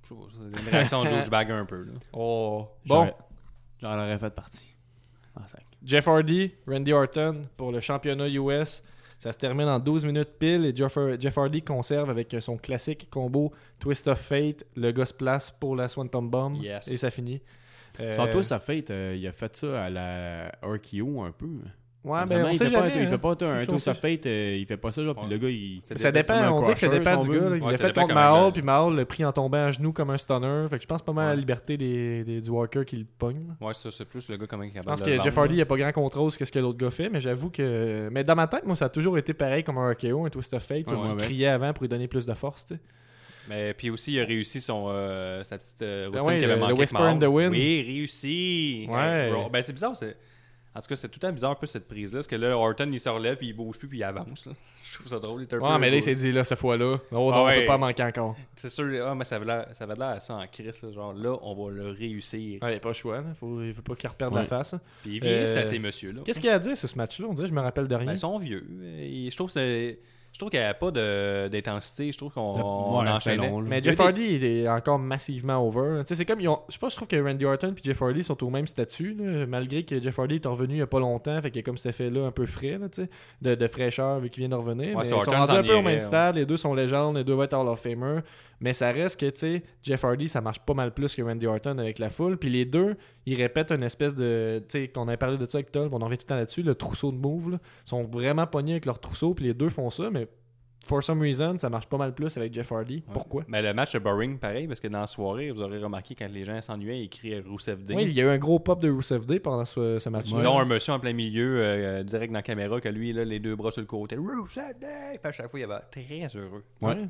une réaction de douchebag un peu. Là. Oh. Bon. J'en aurais fait partie. En 5. Jeff Hardy, Randy Orton pour le championnat US. Ça se termine en 12 minutes pile et Jeff Hardy conserve avec son classique combo Twist of Fate, le gars se place pour la Swanton Bomb et ça finit. Son Twist of Fate, il a fait ça à la RKO un peu. Ouais, mais on sait jamais. Il fait pas un Twist of Fate, il fait pas ça, genre, puis le gars, il... Ça dépend, on dit que ça dépend du gars. Il l'a fait contre Mahal, puis Mahal l'a pris en tombant à genoux comme un stunner. Fait que je pense pas mal à la liberté du Walker qui le pogne. Ouais, ça, c'est plus le gars comme un capable. Je pense que Jeff Hardy, il a pas grand contrôle sur ce que l'autre gars fait, mais j'avoue que... Mais dans ma tête, moi, ça a toujours été pareil comme un RKO, un Twist of Fate. Il criait avant pour lui donner plus de force, tu sais. Mais puis aussi, il a réussi sa petite routine qu'il avait manqué. Le Whisper in the Wind. Oui, réussi. Ouais. Ben, c'est bizarre, En tout cas, c'est tout le temps bizarre un peu cette prise-là, parce que là, Orton, il se relève, puis il bouge plus, puis il avance. Là. Je trouve ça drôle. Mais là, il s'est dit, là, cette fois-là, on peut pas manquer encore. C'est sûr, mais ça avait l'air à ça en crise. Là, genre, là, on va le réussir. Il n'y a pas le choix. Il faut pas qu'il reperde la face. Puis il vient à ces messieurs-là. Qu'est-ce qu'il y a à dire sur ce match-là? On dirait, je me rappelle de rien. Ben, ils sont vieux. Je trouve qu'il n'y a pas d'intensité. Je trouve qu'on enchaînait. Mais Jeff Hardy est encore massivement over. C'est comme, je trouve que Randy Orton et Jeff Hardy sont au même statut, là, malgré que Jeff Hardy est revenu il n'y a pas longtemps. Fait qu'il y a comme cet effet-là un peu frais, là, de fraîcheur vu qu'il vient de revenir. Mais ils sont rendus un peu au même stade. Les deux sont légendes, les deux vont être Hall of Famer. Mais ça reste que Jeff Hardy, ça marche pas mal plus que Randy Orton avec la foule. Puis les deux, ils répètent une espèce de... qu'on avait parlé de ça avec Tol, on en revient tout le temps là-dessus, le trousseau de move. Là. Ils sont vraiment pognés avec leur trousseau, puis les deux font ça, mais for some reason, ça marche pas mal plus avec Jeff Hardy. Ouais. Pourquoi? Mais le match est boring pareil, parce que dans la soirée, vous aurez remarqué quand les gens s'ennuyaient, ils criaient Rusev Day. Oui, il y a eu un gros pop de Rusev Day pendant ce match-là. Dont un monsieur en plein milieu, direct dans la caméra, que lui, là, les deux bras sur le côté, Rusev Day! Puis à chaque fois, il avait très heureux.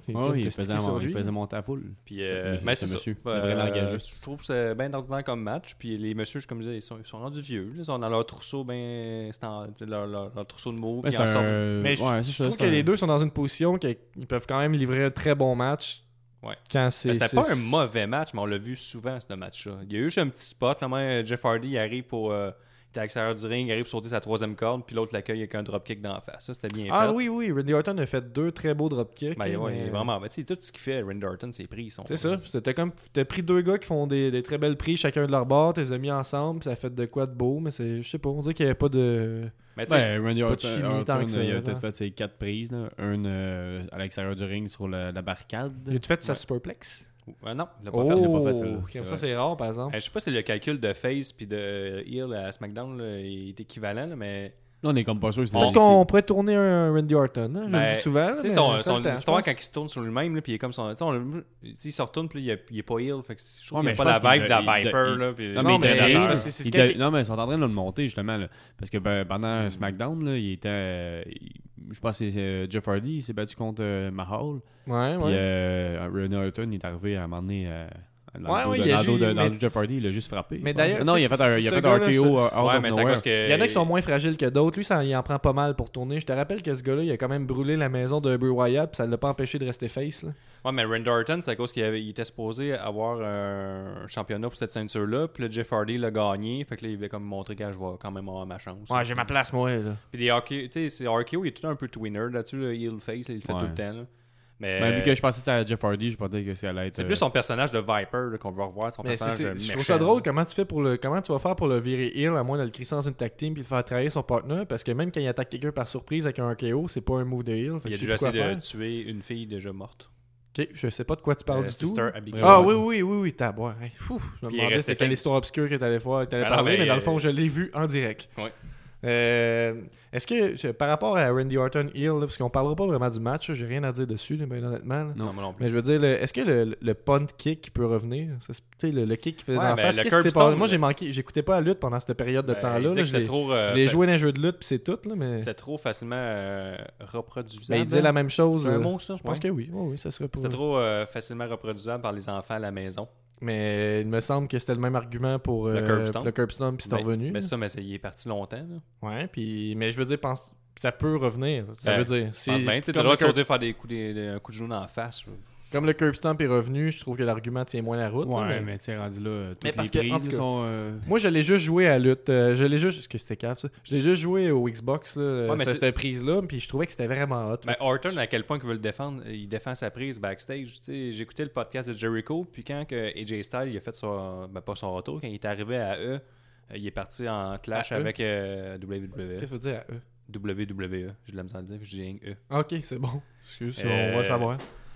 Il faisait monter la foule. Puis, mais c'est monsieur. Je trouve que c'est bien ordinaire comme match. Puis les messieurs, comme je disais, ils sont rendus vieux. Ils sont dans leur trousseau, leur trousseau de mots. Mais je trouve que les deux sont dans une position qu'ils peuvent quand même livrer un très bon match. Ouais. C'était pas un mauvais match, mais on l'a vu souvent, ce match-là. Il y a eu juste un petit spot. Là, Jeff Hardy il arrive pour. était à l'extérieur du ring, il arrive sauter sa 3e corde, puis l'autre l'accueille avec un dropkick d'en face. Ça, c'était bien fait. Ah oui, Randy Orton a fait 2 très beaux dropkicks. Ben, ouais, il est vraiment. Ben, tu sais, tout ce qu'il fait, Randy Orton, ses prix, ils sont. C'est ça. T'as pris 2 gars qui font des très belles prises chacun de leur bord, t'es mis ensemble, puis ça fait de quoi de beau, mais je sais pas, on dirait qu'il n'y avait pas de. Mais tu sais, Ben, Randy pas de Orton, chimie tant que ça, il a là. peut-être fait ses 4 prises. Là. Une à l'extérieur du ring sur la barricade. As-tu fait sa superplex? non, il l'a pas Oh, fait. Il l'a pas fait, celle-là. comme ça, c'est rare, par exemple. Je sais pas si le calcul de face puis de heel à SmackDown là, est équivalent, là, mais. Là, on est comme pas sûr. Peut-être qu'on pourrait tourner un Randy Orton, hein? Je le dis souvent. là, Tu sais, mais son ça le temps, histoire je quand pense. il se tourne sur lui-même, là, puis il est comme son. Il se retourne, puis il est pas heel. Fait que je trouve Ouais, qu'il mais n'y a pas je pense la vibe de qu'il la il- Viper. il- Là, puis- Non, Non, mais mais il- c'est parce que c'est non, mais ils sont en train de le monter, justement. Là. Parce que pendant SmackDown, là, il était. Je pense que c'est Jeff Hardy, il s'est battu contre Mahal. Ouais, Puis ouais. Randy Orton, il est arrivé à un moment donné. Dans Ouais, le dos ouais, de- il a dans le dos joué, de mais Jeff Hardy, il a juste frappé. mais je pense. d'ailleurs, Non, il a tu sais, fait un ce gars-là, RKO out Ouais, of mais c'est à nowhere. cause que. Il y en a qui sont moins fragiles que d'autres. Lui, il en prend pas mal pour tourner. Je te rappelle que ce gars-là, il a quand même brûlé la maison de Bray Wyatt, puis ça l'a pas empêché de rester face. Là. Ouais, mais Randy Orton, c'est à cause il était supposé avoir un championnat pour cette ceinture-là, puis le Jeff Hardy l'a gagné. Fait que là, il voulait comme montrer que je vais quand même avoir ma chance. Ouais, j'ai ma place, moi. Là. Puis les RKO, tu sais, RKO, il est tout un peu twinner là-dessus, le heel face, là, il le fait Ouais. tout le temps. Là. Mais Ben, vu que je pensais que c'était à Jeff Hardy, je pensais que ça allait être. c'est plus son personnage de Viper là, qu'on veut revoir, son Mais personnage de je trouve méchant. ça drôle comment tu vas faire pour le virer heel à moins de le crisser dans une tag team puis de faire trahir son partner parce que même quand il attaque quelqu'un par surprise avec un RKO, c'est pas un move de heel. Fait Il que a je sais déjà plus quoi essayé faire. de tuer une fille déjà morte. Ok, je sais pas de quoi tu parles du tout. Sister Abigail. Ah Ouais. oui, t'as boire. Hey, je me Puis il est demandais resté c'était quelle face. histoire obscure que t'allais Ah non, parler, mais mais, dans le fond, je l'ai vu en direct. Ouais. Est-ce que, par rapport à Randy Orton Hill, là, parce qu'on parlera pas vraiment du match, là, j'ai rien à dire dessus, là, ben, honnêtement. là. Non, moi non plus. Mais je veux dire, est-ce que le punt kick peut revenir? Tu sais, le kick qui faisait Ouais, dans la mais face, le qu'est-ce qui s'est curb passé? Moi, stone, j'écoutais pas la lutte pendant cette période de Ben, temps-là. il là. disait que Je c'était l'ai trop, je l'ai joué dans un jeu de lutte, puis c'est tout. Là, mais c'est trop facilement reproduisable. mais il disait la même chose. C'est un mot, ça, je Je pense pense. que oui. Oui, ça serait pas. C'était trop facilement reproduisable par les enfants à la maison. Mais il me semble que c'était le même argument pour Le curb stomp. le curb stomp, puis c'est revenu. Mais ça, mais il est parti longtemps. Là. Ouais, puis mais je veux dire, ça peut revenir. Ça Ben, veut dire. Je pense bien, tu sais, t'as comme le droit de le sauter faire un coup de genou dans la face. là. Comme le curb stomp est revenu, je trouve que l'argument tient moins la route. là, Ouais, mais tu sais, rendu là, Mais toutes parce les que, en prises tout cas, sont. Moi, je l'ai juste joué à la lutte. Je l'ai juste. Est-ce que c'était cave, ça? Je l'ai juste joué au Xbox, là, Ouais, mais cette prise-là, puis je trouvais que c'était vraiment hot. Ben, Orton, à quel point il veut le défendre, il défend sa prise backstage. Tu sais, j'écoutais le podcast de Jericho, puis quand que AJ Styles il a fait pas son retour, quand il est arrivé à eux, il est parti en clash À eux? avec WWE. Qu'est-ce que ça veut dire à eux? WWE, j'ai de la misère à le dire, je dis rien que eux. Ok, c'est bon. Excuse, Euh, on va savoir.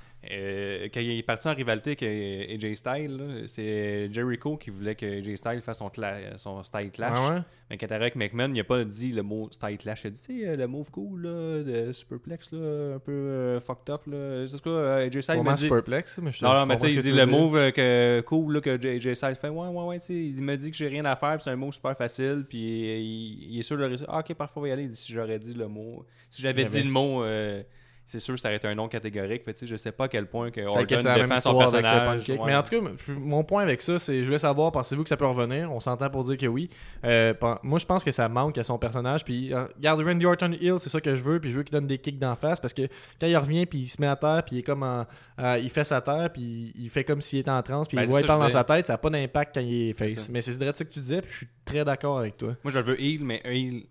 Quand il est parti en rivalité avec AJ Styles, là, c'est Jericho qui voulait que AJ Styles fasse son style clash. Ah ouais? Mais quand t'es avec McMahon, il a pas dit le mot style clash. Il a dit, tu sais, le move cool là, de Superplex, là, un peu fucked up. Là. C'est ce que AJ Styles m'a Vraiment dit. superplex, mais je Non, mais comprends tu sais, ce il que dit tu le veux dire. move cool là, que AJ Styles fait. Ouais, tu sais, il m'a dit que j'ai rien à faire, puis c'est un mot super facile, puis il est sûr de réussir. Ah, ok, parfois, on va y aller. Il dit, si j'aurais dit le mot. Si j'avais dit le mot. C'est sûr que ça aurait été un nom catégorique. Fait, je sais pas à quel point que Orton Peut-être que c'est la même défend son histoire avec ce personnage. punt kick. Ouais. Mais en tout cas, mon point avec ça, c'est je voulais savoir, pensez-vous que ça peut revenir? On s'entend pour dire que oui. Moi, je pense que ça manque à son personnage. Puis, regarde, Randy Orton Hill, c'est ça que je veux. Puis, je veux qu'il donne des kicks d'en face. Parce que quand il revient, puis il se met à terre, puis il est comme il fait sa terre, puis il fait comme s'il était en transe, puis Ben, il c'est voit ça, il parle je dans disais. sa tête. Ça n'a pas d'impact quand il est C'est face. ça. Mais c'est direct ça que tu disais, puis je suis très d'accord avec toi. Moi, je le veux heal, mais heal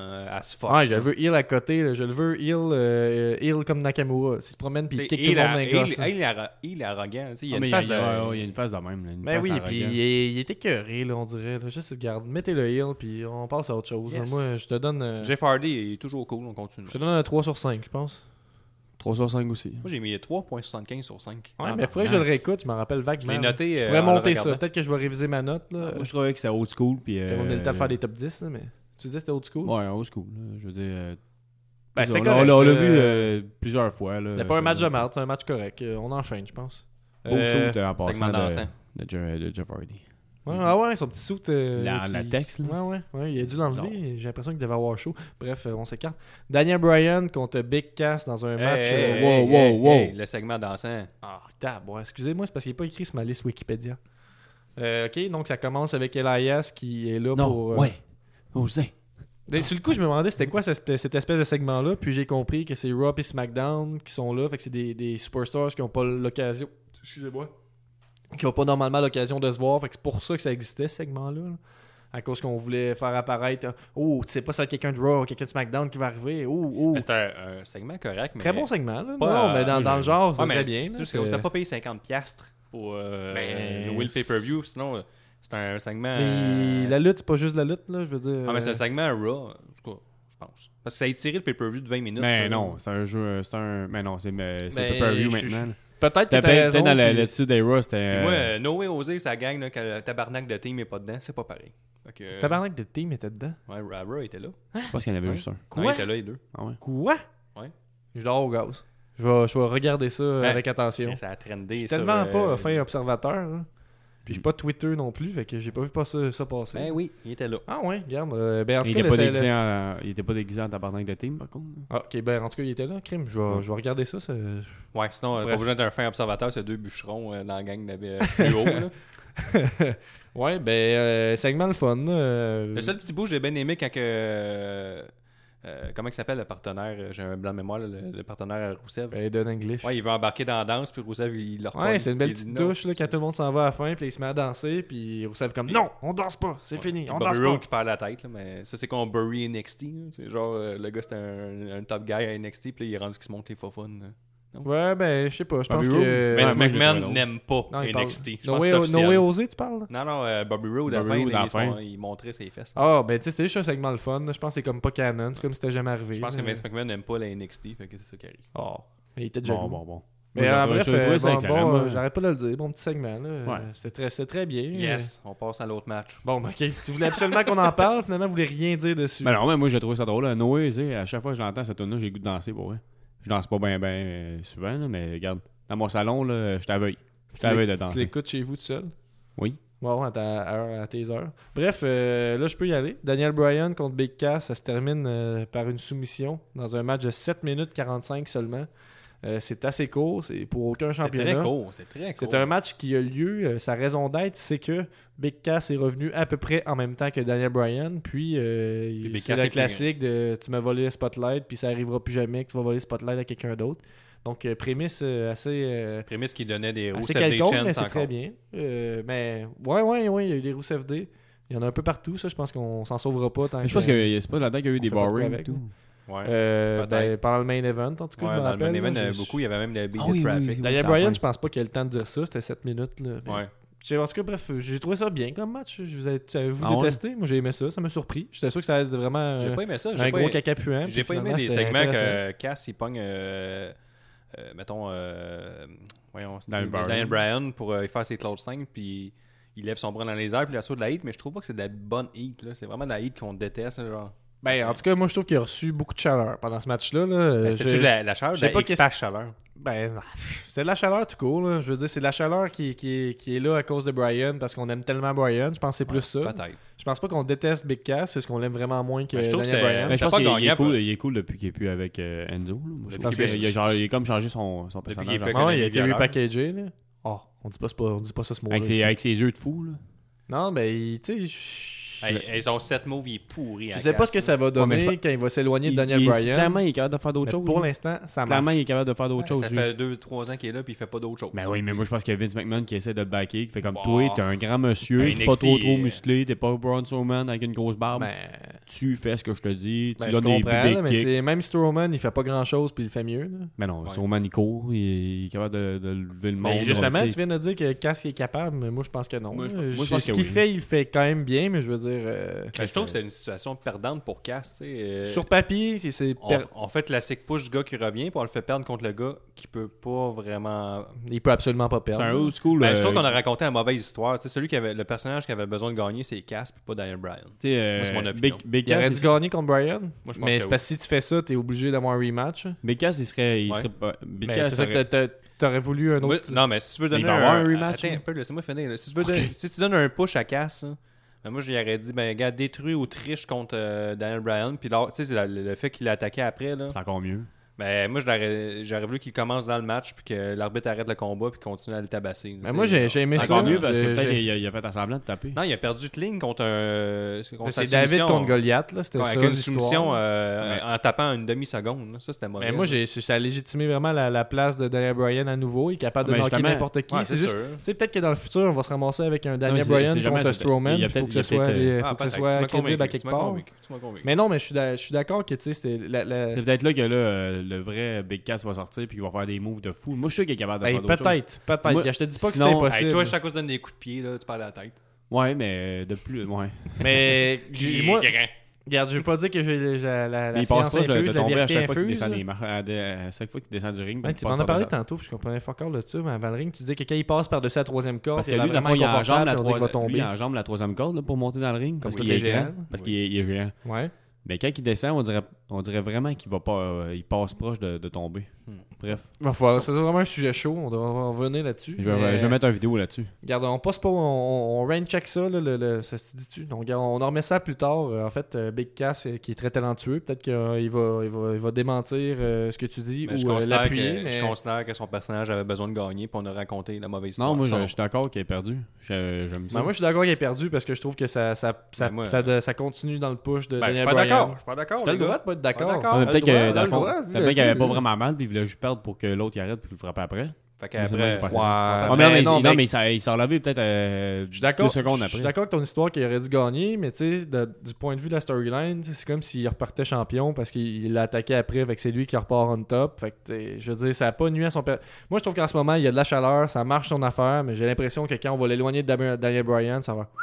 as fuck. Ouais, je le veux Hill à côté. Là. Je le veux Hill comme Nakamura. S'il se promène, puis il kick tout le monde dans les gosses. là. Il est arrogant. Tu sais, il y a Ah, une mais face de... il y a une face de même. Là, une Ben face oui, puis arrogante. il est écœuré, là, on dirait. Là. Juste, regarde, mettez le Hill, puis on passe à autre chose. Yes. Moi, je te donne Jeff Hardy il est toujours cool, on continue. je te donne un 3 sur 5, je pense. 3 sur 5 aussi. Moi, j'ai mis 3.75 sur 5. Ouais, Ah, mais il faudrait que je le réécoute, je m'en rappelle vaguement. Je l'ai noté. Je pourrais en le monter ça. regardant. Peut-être que je vais réviser ma note. Là. Moi, je trouvais que c'était old school. Puis, On a le temps de faire des top 10, là, mais tu disais que c'était old school? Ouais, old school. Là. Je veux dire. Ben, c'était on correct, l'a là. vu plusieurs fois. Là. C'était pas un match de merde, c'est un match correct. On enchaîne, je pense. Beau saut en passant segment dansant. de Jeff Hardy. Ouais, ah ouais, son petit suit. La texte, là. Ouais, il a dû l'enlever. J'ai l'impression qu'il devait avoir chaud. Bref, on s'écarte. Daniel Bryan contre Big Cass dans un match. Hey, le segment dansant. Ah, tabou. Excusez-moi, c'est parce qu'il n'est pas écrit sur ma liste Wikipédia. Ok, donc ça commence avec Elias qui est là pour. Osez. Sur le coup, je me demandais c'était quoi cette espèce de segment-là. Puis j'ai compris que c'est Raw et SmackDown qui sont là. Fait que c'est des superstars qui n'ont pas l'occasion. Excusez-moi. Qui n'ont pas normalement l'occasion de se voir. Fait que c'est pour ça que ça existait ce segment-là. à cause qu'on voulait faire apparaître oh, tu sais pas, c'est quelqu'un de Raw, quelqu'un de SmackDown qui va arriver. Oh. Mais c'était un segment correct. Très mais bon segment, là. Pas, non, mais dans le genre, c'est très bien. C'est là, juste qu'on s'était pas payé 50$ pour le Will Pay-Per-view, sinon c'est un segment. Mais la lutte, c'est pas juste la lutte, là, je veux dire. Ah, mais c'est un segment Raw, en tout cas, je pense. Parce que ça a étiré le pay-per-view de 20 minutes. Mais ça, non, c'est un jeu. Mais non, c'est Ben, pay-per-view maintenant. Peut-être que T'as t'as raison. dans puis- là-dessus des Raw, c'était. Et moi, No Way Osé, ça gagne là, quand le tabarnak de team est pas dedans, c'est pas pareil. Fait que, Tabarnak de team était dedans. Ouais, Raw était là. Je pense qu'il y en avait Ouais. juste un. Non, Quoi? il était là, les deux. Ah ouais. Quoi? Ouais. Je dors au gaz. Je vais regarder ça avec attention. Et ça a trendé. Je suis sur, tellement pas fin observateur. Hein. Puis Mm. j'ai pas Twitter non plus, fait que j'ai pas vu pas ça passer. Ben oui, il était là. Ah ouais, regarde. Ben en tout Il cas, était pas le- déguisé en- il était pas déguisé en tabarnak de team, par contre. Ah, ok, ben en tout cas, il était là, crime. Je vais regarder ça. Ouais, sinon, Bref. pas besoin d'un fin observateur, c'est deux bûcherons dans la gang de fluo. là. Ouais, ben, segment le fun. Le seul petit bout, j'ai bien aimé quand que. Comment il s'appelle le partenaire j'ai un blanc de mémoire, là, le partenaire à Rousseff. Ben, donne English. Ouais, il veut embarquer dans la danse, puis Rousseff, il le reprend. Ouais, c'est une belle Il dit petite non. touche là, quand tout le monde s'en va à la fin, puis il se met à danser, puis Rousseff comme non, on danse pas, c'est Ouais. fini, Puis on Bobby danse Roode pas. qui perd la tête, là, mais ça c'est qu'on bury NXT. Là. C'est genre le gars c'était un top guy à NXT, puis là, il est rendu qu'il se monte les faux fun. Ouais, ben, je sais pas, je pense Bobby que. Vince moi, je l'ai trouvé McMahon drôle. n'aime pas Non, il parle- NXT. Je No pense Way- que c'est officiel. No Way Osé, tu parles? Non, Bobby Roode à la Bobby fin, Roode là, à la fin. il montrait ses fesses. Ah, ben, tu sais, c'était juste un segment le fun. là. Je pense que c'est comme pas canon, c'est comme si c'était jamais arrivé. Je pense que là. Vince McMahon n'aime pas la NXT, fait que c'est ça qui arrive. Oh, il était déjà Bon. Mais Moi, j'ai en trouvé- bref, j'ai trouvé ça bon, excellent, moi. j'arrête pas de le dire, bon petit segment. Là. Ouais. C'était très bien. Yes, on passe à l'autre match. Bon, ben, ok. Tu voulais absolument qu'on en parle, finalement, vous voulez rien dire dessus. Ben non, mais moi j'ai trouvé ça drôle. Noé, tu sais, à chaque fois que je l'entends cette tune-là, j'ai le goût de danser pour vrai. Je danse pas bien souvent, là, mais regarde, dans mon salon, là, je t'aveuille. Je t'aveuille de Tu danser. l'écoutes chez vous tout seul? Oui. Bon, à tes heures. Bref, là, je peux y aller. Daniel Bryan contre Big Cass, ça se termine par une soumission dans un match de 7 minutes 45 seulement. C'est assez court, c'est pour aucun C'est championnat. très court, c'est très court. C'est un match qui a lieu. Sa raison d'être, c'est que Big Cass est revenu à peu près en même temps que Daniel Bryan. Puis, Big c'est Cass le est classique de tu m'as volé le spotlight, puis ça arrivera plus jamais que tu vas voler le spotlight à quelqu'un d'autre. Donc, prémisse assez. Prémisse qui donnait des Assez Rousseff des quelconque, chances mais c'est encore. très bien. Mais ouais, il y a eu des Rousseff D. Il y en a un peu partout, ça. Je pense qu'on s'en sauvera pas tant Mais je pense que c'est pas là-dedans qu'il y a eu on des fait pas de quoi borrowing et avec, tout. Ouais. ben, peut-être. pendant le main event, en tout cas, Ouais, je me dans le rappelle. main event, il y là, en avait je- beaucoup. Il y avait même le Beat Ah the oui, Traffic. oui, Daniel c'est Bryan, la je pense pas qu'il a le temps de dire ça. C'était 7 minutes. Là. Mais- Ouais. En tout cas, bref, j'ai trouvé ça bien comme match. Avez-vous Ah ouais? détesté? Moi, j'ai aimé ça. Ça m'a surpris. J'étais sûr que ça allait être vraiment J'ai pas aimé ça. un gros caca puant. J'ai puis pas aimé finalement, les c'était segments intéressant. que Cass il pogne, mettons, voyons, Daniel Bryan. Daniel Bryan pour y faire ses clotheslines, puis il lève son bras dans les airs, puis il assaut de la heat, mais je trouve pas que c'est de la bonne heat. Là. C'est vraiment de la heat qu'on déteste. là, Genre. Ben, en tout cas, moi, je trouve qu'il a reçu beaucoup de chaleur pendant ce match-là. Ben, C'était-tu Je- la chaleur je de sais pas la qu'est-ce- X-Pac chaleur? Ben, c'était de la chaleur tout court. Là. Je veux dire, c'est de la chaleur qui est là à cause de Bryan parce qu'on aime tellement Bryan. Je pense que c'est plus ça. Peut-être. Je pense pas qu'on déteste Big Cass, parce qu'on l'aime vraiment moins que Ben, je trouve Daniel que Bryan. Mais je C'était pense pas qu'il est gagnant, cool, pas. il est cool depuis qu'il est plus avec Enzo. là. Moi, je Depuis pense qu'il qu'il est- a comme changé son personnage. qu'il est ensemble. Ah, il a été violeur. repackagé. Là. Oh, on dit pas ça ce mot-là. avec, ici. avec ses yeux de fou. Là. Non, ben, tu sais, Ils ont 7 moves, il est pourri. je à sais pas Cass, ce que là. ça va donner mais quand il va s'éloigner de Daniel Bryan. Clairement, il est capable de faire d'autres Mais choses. pour là. l'instant, ça marche. Clairement, il est capable de faire d'autres choses. Ça lui. fait 2-3 ans qu'il est là, puis il fait pas d'autres choses. Ben oui, mais moi je pense qu'il y a Vince McMahon qui essaie de le backer, qui fait comme Bah. toi, t'es un grand monsieur, Ben, t'es pas NXT, trop musclé, t'es pas Braun Strowman avec une grosse barbe. Ben, Tu fais ce que je te dis, tu ben, je donnes des comprends, big là, mais kicks. t'sais, même Strowman, il fait pas grand-chose puis il fait mieux. Là. Mais non, Ouais. Strowman il court, il est capable de lever le monde. Mais justement, de tu viens de dire que Cass il est capable, mais moi je pense que non. Moi, je Là. pense que Ce qu'il oui. fait, il le fait quand même bien, mais je veux dire. Ben, je trouve que c'est une situation perdante pour Cass. tu sais. Sur papier, c'est On fait le classique push du gars qui revient, puis on le fait perdre contre le gars qui peut pas vraiment. il peut absolument pas perdre. C'est un old school. Ben, je trouve qu'on a raconté la mauvaise histoire. Tu sais, celui qui avait le personnage qui avait besoin de gagner, c'est Cass, puis pas Daniel Bryan. Moi, c'est mon opinion. Big Il aurait Cass, dû gagner contre Bryan. Moi, je pense Mais que c'est oui. parce que si tu fais ça, t'es obligé d'avoir un rematch. Big Cass, il serait Ouais. pas. Big Mais Cass c'est ça aurait- que t'aurais voulu un Oui, autre. non, mais si tu veux donner va y avoir un rematch, Attends là. un peu, laissez-moi finir. là. Si tu donnes un push à Cass, là, ben moi, je lui aurais dit, ben, gars, détruis ou triche contre Daniel Bryan. Puis là, tu sais, le fait qu'il l'a attaqué après, là. C'est encore mieux. Ben, moi, j'aurais voulu qu'il commence dans le match, puis que l'arbitre arrête le combat, puis continue à le tabasser. Mais moi, j'ai aimé C'est ça. encore mieux parce que peut-être J'ai- il a fait semblant de taper. Non, il a perdu de ligne contre C'est sa David soumission. contre Goliath, là. C'était Ouais, ça. avec une l'histoire. soumission Ouais. en tapant une demi-seconde. Là. Ça, c'était mauvais. Mais moi, ça a légitimé vraiment la place de Daniel Bryan à nouveau. Il est capable de Mais knocker justement, n'importe qui. Ouais, c'est c'est juste, sûr. tu sais, peut-être que dans le futur, on va se ramasser avec un Daniel c'est Bryan jamais- contre c'est- Strowman. il y a Il faut peut-être- que ce il y a soit, peut-être, faut que ce peut-être. soit Tu m'as crédible à convaincu, quelque tu m'as part. convaincu, tu m'as convaincu. Mais non, mais je suis d'accord que, tu sais, c'était C'est peut-être là que là, le vrai Big Cass va sortir puis qu'il va faire des moves de fou. Moi, je suis sûr qu'il est capable de Ben, faire d'autres choses. peut-être. Moi, Je te dis pas que c'est sinon- impossible. Hey, toi, chaque fois que tu donnes des coups de pied, là, tu parles à la tête. Ouais, mais de plus. Ouais. Mais moi, Grand. regarde, je veux pas dire que j'ai la Mais il pense science pas de infuse, la tomber à vérité chaque fois qu'il infuse. descend là. les marches. À chaque fois qu'il descend du ring. Ouais, parce tu qu'il m'en passe as parlé par-dessus. tause, puis je comprenais pas encore de ça, mais avant le ring, tu disais que quand il passe par-dessus la troisième corde, Parce que il a lui, l'air la fois, il vraiment enjambe la confortable, on dirait qu'il va troisième. Lui, il tomber. enjambe la troisième corde là, pour monter dans le ring. Parce Parce qu'il que est t'es géant. géant. Parce qu'il est géant. Ouais. Mais quand il descend, on dirait vraiment qu'il va pas. Il passe proche de tomber. Bref. C'est vraiment un sujet chaud, on devrait revenir là-dessus. Je vais mettre une vidéo là-dessus. Regarde, on passe pas, on rain check ça, là, ça se dit-tu? Donc, regarde, on en remet ça plus tard. En fait, Big Cass, qui est très talentueux, peut-être qu'il va démentir ce que tu dis Mais je ou considère l'appuyer. que- je considère que son personnage avait besoin de gagner, puis on a raconté la mauvaise histoire. Non, moi, je Son- suis d'accord qu'il est perdu. J'aime ça. Moi, je suis d'accord qu'il est perdu parce que je trouve que ça moi, ça continue dans le push de Ben, je suis Daniel pas Bryan. d'accord. Je suis pas d'accord. T'as le les droit gars. de pas être d'accord. Pas d'accord. Ah, mais T'as peut-être le droit, que, t'as dans le le fond, droit. peut-être qu'il avait pas vraiment mal, puis il voulait juste perdre pour que l'autre y arrête puis le frappe après. Fait Moi, c'est qu'après. moi qui Ouais. Ah, mais mais non, non, mais- mais il s'est relevé peut-être Je suis d'accord. 2 secondes Je suis après. d'accord avec ton histoire qu'il aurait dû gagner, mais tu sais, du point de vue de la storyline, c'est comme s'il repartait champion parce qu'il l'a attaqué après, fait que c'est lui qui repart on top. Fait que, tu sais, je veux dire, ça n'a pas nuit à son père. Moi, je trouve qu'en ce moment, il y a de la chaleur, ça marche son affaire, mais j'ai l'impression que quand on va l'éloigner de Daniel Bryan, ça va.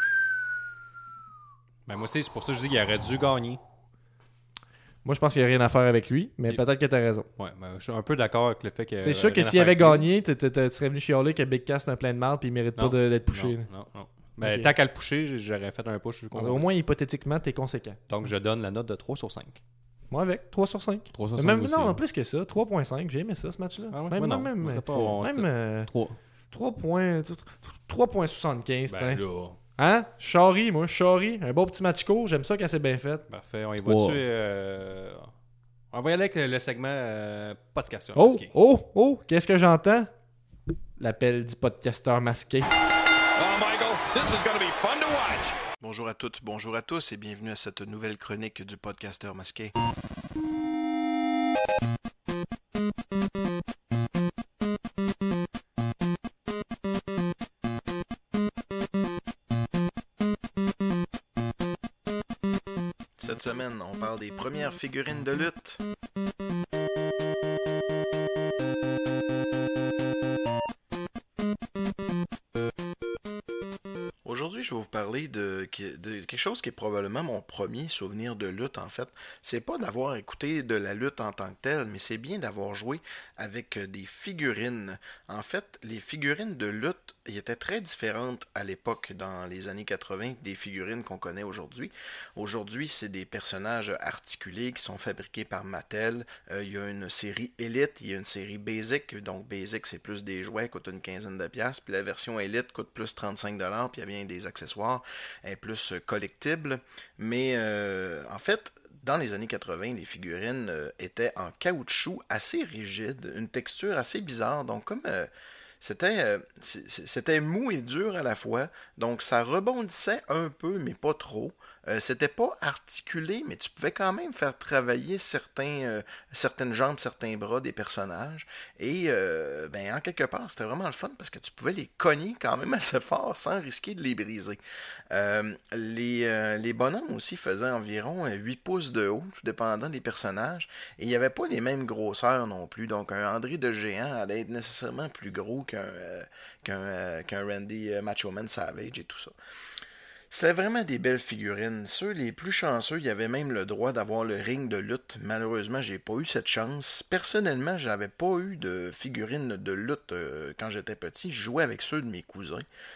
Ben, moi aussi, c'est pour ça que je dis qu'il aurait dû gagner. Moi, je pense qu'il n'y a rien à faire avec lui, mais Et- peut-être que tu as raison. Ouais, ben, je suis un peu d'accord avec le fait que. C'est sûr que s'il avait gagné, tu serais venu chialer que Big Cass est un plein de marde puis il mérite Non. pas d'être poussé. Non. Ben, Ok. tant qu'à le pusher, j'aurais fait un push. Au moins, hypothétiquement, t'es conséquent. Donc, je donne la note de 3 sur 5. Moi, avec 3 sur 5. 360 Même, aussi. non, plus que ça, 3.5. J'ai aimé ça, ce match-là. Ah ouais? Même, Moi, non. même, C'est pas bon, même, c'est- 3. 3.75. Ben, là. Hein? Chari, moi, Chari. Un beau petit match court. J'aime ça quand c'est bien fait. Parfait. On y va Trois. dessus. On va y aller avec le segment podcast. Qu'est-ce que j'entends? L'appel du podcasteur masqué. Bonjour à toutes, bonjour à tous et bienvenue à cette nouvelle chronique du podcasteur masqué. Cette semaine, on parle des premières figurines de lutte. Aujourd'hui, je vais vous parler de quelque chose qui est probablement mon premier souvenir de lutte, en fait. C'est pas d'avoir écouté de la lutte en tant que telle, mais c'est bien d'avoir joué avec des figurines. En fait, les figurines de lutte étaient très différentes à l'époque, dans les années 80, des figurines qu'on connaît aujourd'hui. Aujourd'hui, c'est des personnages articulés qui sont fabriqués par Mattel. Il y a une série Elite, il y a une série Basic. Donc, Basic, c'est plus des jouets, coûte une quinzaine de piastres. Puis la version Elite coûte plus 35$, puis il y a bien des accessoires, elle est plus collectible. Mais en fait, dans les années 80, les figurines étaient en caoutchouc assez rigide, une texture assez bizarre. Donc, comme c'était mou et dur à la fois, donc ça rebondissait un peu, mais pas trop. C'était pas articulé, mais tu pouvais quand même faire travailler certaines jambes, certains bras des personnages. Et en quelque part, c'était vraiment le fun parce que tu pouvais les cogner quand même assez fort sans risquer de les briser. Les bonhommes aussi faisaient environ 8 pouces de haut, tout dépendant des personnages. Et il n'y avait pas les mêmes grosseurs non plus. Donc un André de géant allait être nécessairement plus gros qu'un Randy Macho Man Savage et tout ça. C'était vraiment des belles figurines. Ceux les plus chanceux, il y avait même le droit d'avoir le ring de lutte. Malheureusement, j'ai pas eu cette chance. Personnellement, j'avais pas eu de figurines de lutte quand j'étais petit. Je jouais avec ceux de mes cousins.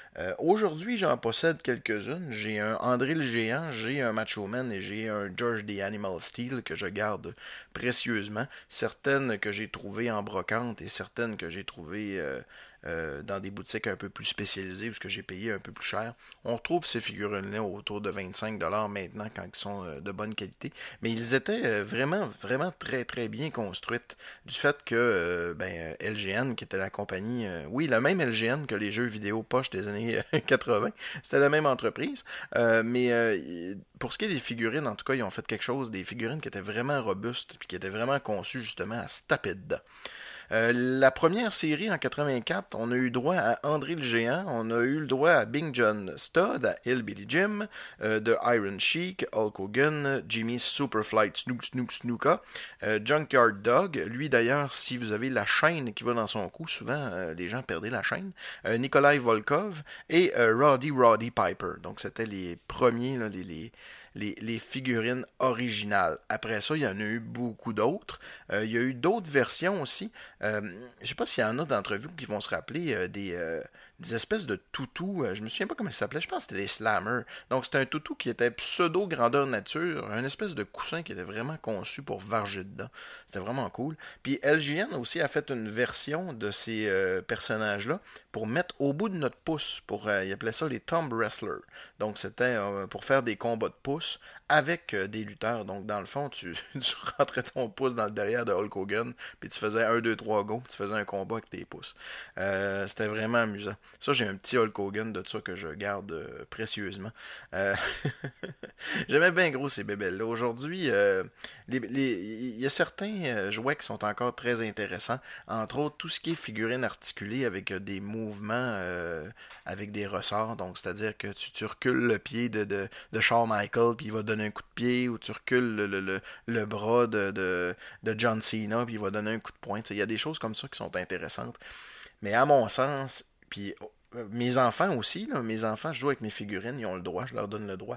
Aujourd'hui, j'en possède quelques-unes. J'ai un André le Géant, j'ai un Macho Man et j'ai un George the Animal Steel que je garde précieusement. Certaines que j'ai trouvées en brocante et certaines que j'ai trouvées dans des boutiques un peu plus spécialisées parce que j'ai payé un peu plus cher. On retrouve ces figurines-là autour de 25$ maintenant quand ils sont de bonne qualité. Mais ils étaient vraiment, vraiment très, très bien construites du fait que LGN, qui était la compagnie, oui, la même LGN que les jeux vidéo poche des années 80, c'était la même entreprise. Mais pour ce qui est des figurines, en tout cas, ils ont fait quelque chose, des figurines qui étaient vraiment robustes et qui étaient vraiment conçues justement à se taper dedans. La première série en 84, on a eu droit à André le Géant, on a eu le droit à Big John Studd, à Hillbilly Jim, de Iron Sheik, Hulk Hogan, Jimmy Superflight Snooka, Junkyard Dog, lui d'ailleurs, si vous avez la chaîne qui va dans son cou, souvent les gens perdaient la chaîne, Nikolai Volkov et Roddy Piper. Donc c'était les premiers, là, les figurines originales. Après ça, il y en a eu beaucoup d'autres. Il y a eu d'autres versions aussi. Je ne sais pas s'il y en a d'entre vous qui vont se rappeler des espèces de toutous. Je me souviens pas comment ça s'appelait. Je pense que c'était les Slammers. Donc c'était un toutou qui était pseudo grandeur nature. Un espèce de coussin qui était vraiment conçu pour varger dedans. C'était vraiment cool. Puis LJN aussi a fait une version de ces personnages-là pour mettre au bout de notre pouce. Il appelait ça les Thumb Wrestlers. Donc c'était pour faire des combats de pouce avec des lutteurs. Donc dans le fond, tu rentrais ton pouce dans le derrière de Hulk Hogan, puis tu faisais 1, 2, 3 go, tu faisais un combat avec tes pouces. C'était vraiment amusant. Ça, j'ai un petit Hulk Hogan de ça que je garde précieusement. J'aimais bien gros ces bébelles-là. Aujourd'hui, il y a certains jouets qui sont encore très intéressants. Entre autres, tout ce qui est figurines articulées avec des mouvements avec des ressorts. Donc, c'est-à-dire que tu recules le pied de Shawn Michaels, puis il va donner un coup de pied, ou tu recules le bras de John Cena, puis il va donner un coup de poing. Il y a des choses comme ça qui sont intéressantes. Mais à mon sens, puis mes enfants aussi, là, mes enfants, je joue avec mes figurines, ils ont le droit, je leur donne le droit.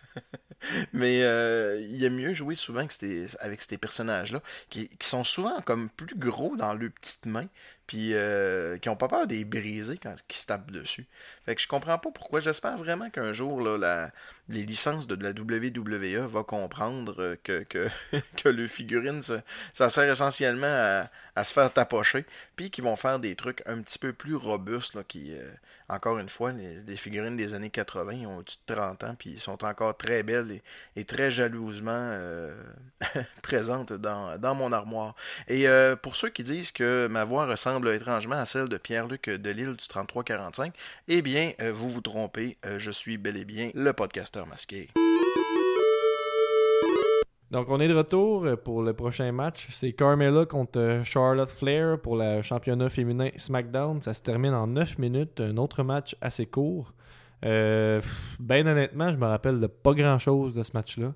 Mais il est mieux jouer souvent avec ces personnages-là, qui sont souvent comme plus gros dans leurs petites mains, puis qui ont pas peur des briser quand ils se tapent dessus. Fait que je comprends pas pourquoi. J'espère vraiment qu'un jour, là, les licences de la WWE vont comprendre que le figurine, ça sert essentiellement à se faire tapocher, puis qu'ils vont faire des trucs un petit peu plus robustes, là, qui, encore une fois, les figurines des années 80, ils ont au-dessus de 30 ans, puis ils sont encore très belles et très jalousement présentes dans mon armoire. Et pour ceux qui disent que ma voix ressemble étrangement à celle de Pierre-Luc Delisle du 3345, eh bien, vous vous trompez, je suis bel et bien le podcasteur masqué. Donc, on est de retour pour le prochain match. C'est Carmella contre Charlotte Flair pour le championnat féminin SmackDown. Ça se termine en 9 minutes. Un autre match assez court. Ben honnêtement, je me rappelle de pas grand-chose de ce match-là.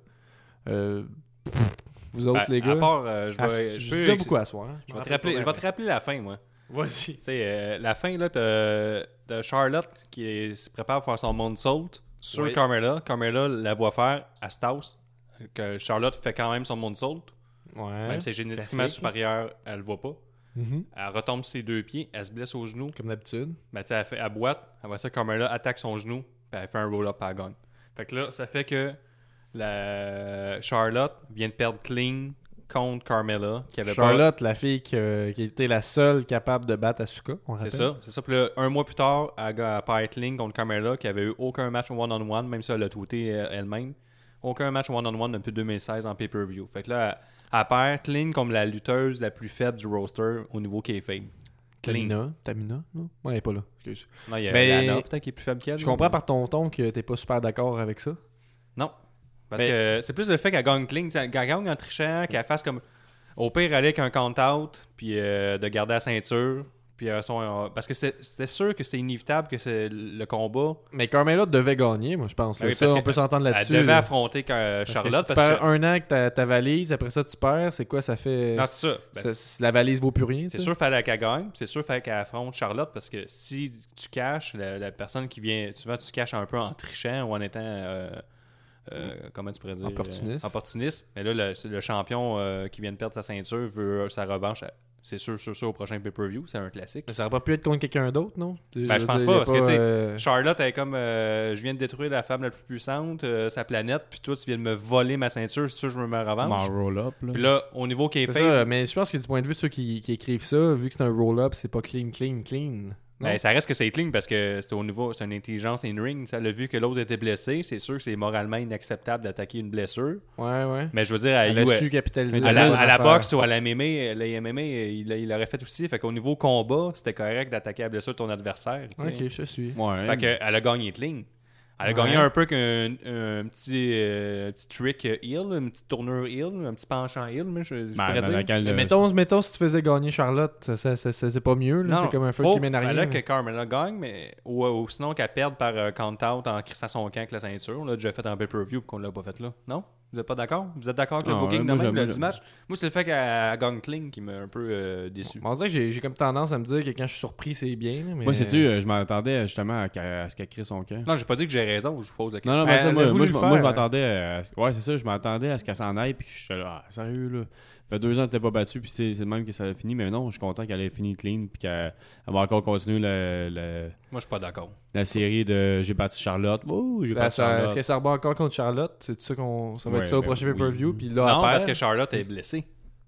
Vous autres, les gars? À part, je dis beaucoup à soir. Je vais te rappeler la fin, moi. Vas-y. Tu sais, la fin, là, t'as Charlotte qui se prépare pour faire son moonsault sur Carmella. Carmella la voit faire à Stouse. Que Charlotte fait quand même son moonsault. Ouais. Même si c'est génétiquement supérieur, elle le voit pas. Mm-hmm. Elle retombe sur ses deux pieds, elle se blesse au genou. Comme d'habitude. Ben, tu sais, elle boite. Après ça, Carmella attaque son genou, puis elle fait un roll-up à la gagne. Fait que là, ça fait que la Charlotte vient de perdre clean contre Carmella. Charlotte, la fille qui était la seule capable de battre Asuka. C'est ça. Puis là, un mois plus tard, elle perd clean contre Carmella, qui avait eu aucun match one-on-one, même si elle l'a tweeté elle-même. Aucun match one-on-one depuis 2016 en pay-per-view. Fait que là, elle perd clean comme la lutteuse la plus faible du roster au niveau kayfabe. Tamina, non? Ouais, elle est pas là. Excuse. Non, il y a Lana peut-être qui est plus faible qu'elle. Je comprends par ton ton que t'es pas super d'accord avec ça. Non. Parce que c'est plus le fait qu'elle gagne clean. Qu'elle gagne en trichant, qu'elle fasse comme... Au pire, aller avec un count-out, puis de garder la ceinture. Puis parce que c'était sûr que c'était inévitable que c'est le combat. Mais Carmella devait gagner, moi je pense. Oui, ça, on peut s'entendre là-dessus. Elle devait affronter Charlotte. Tu perds un an avec ta valise, après ça tu perds, c'est quoi ça fait? Non, c'est ça. La valise vaut plus rien. C'est sûr qu'il fallait qu'elle gagne, c'est sûr qu'il fallait qu'elle affronte Charlotte, parce que si tu caches, la personne qui vient, souvent tu caches un peu en trichant ou en étant... comment tu pourrais dire? Opportuniste. Opportuniste. Mais là, le champion qui vient de perdre sa ceinture veut sa revanche c'est sûr au prochain pay-per-view. C'est un classique. Mais ça aurait pas pu être contre quelqu'un d'autre, non? Je pense pas, parce que, tu sais, Charlotte, elle est comme, je viens de détruire la femme la plus puissante, sa planète, puis toi, tu viens de me voler ma ceinture, c'est sûr je veux me revanche. roll-up, là. Puis là, au niveau C'est kayfabe, ça, mais je pense que du point de vue de ceux qui écrivent ça, vu que c'est un roll-up, c'est pas clean. Non? ben, ça reste que c'est clean parce que c'est au niveau, c'est une intelligence in-ring. Ça l'a vu que l'autre était blessé. C'est sûr que c'est moralement inacceptable d'attaquer une blessure. Ouais. Mais je veux dire, Elle a su capitaliser. à sur la l'affaire. boxe ou à la MMA, il l'aurait fait aussi. Fait qu'au niveau combat, c'était correct d'attaquer à blessure ton adversaire. tu sais. Ok, je suis. Ouais. Fait qu'elle a gagné clean. Elle a gagné un peu qu'un petit trick heel, une petite tournure heel, un petit penchant heel, mais je pourrais dire. Mais mettons si tu faisais gagner Charlotte, ça c'est pas mieux. Là. C'est comme un feu qui mène à rien. Fallait que Carmella gagne, mais ou sinon qu'elle perde par count-out en crissant son camp avec la ceinture. On l'a déjà fait en pay-per-view et qu'on l'a pas fait là. Non? Vous êtes pas d'accord? Vous êtes d'accord avec le booking du match? Moi, c'est le fait qu'elle gagne clean qui m'a un peu déçu. On dirait que j'ai comme tendance à me dire que quand je suis surpris, c'est bien. Mais... Moi, sais-tu, je m'attendais justement à ce qu'elle crée son camp. Non, j'ai pas dit que j'ai raison, je vous pose la question. Non, mais ça, moi, je faire. m'attendais à... Ouais, c'est ça, je m'attendais à ce qu'elle s'en aille, puis je suis là, sérieux, là. Ça fait 2 ans qu'elle n'était pas battue, puis c'est le même que ça a fini, mais non, je suis content qu'elle ait fini clean, puis qu'elle va encore continuer Moi, je suis pas d'accord. la série de J'ai battu Charlotte. Ouh, j'ai battu Est-ce Charlotte. que ça rebat encore contre Charlotte? C'est ça ça va être Ouais, ça au ben prochain oui. pay-per-view? Puis là, Non, elle perd. parce que Charlotte est blessée.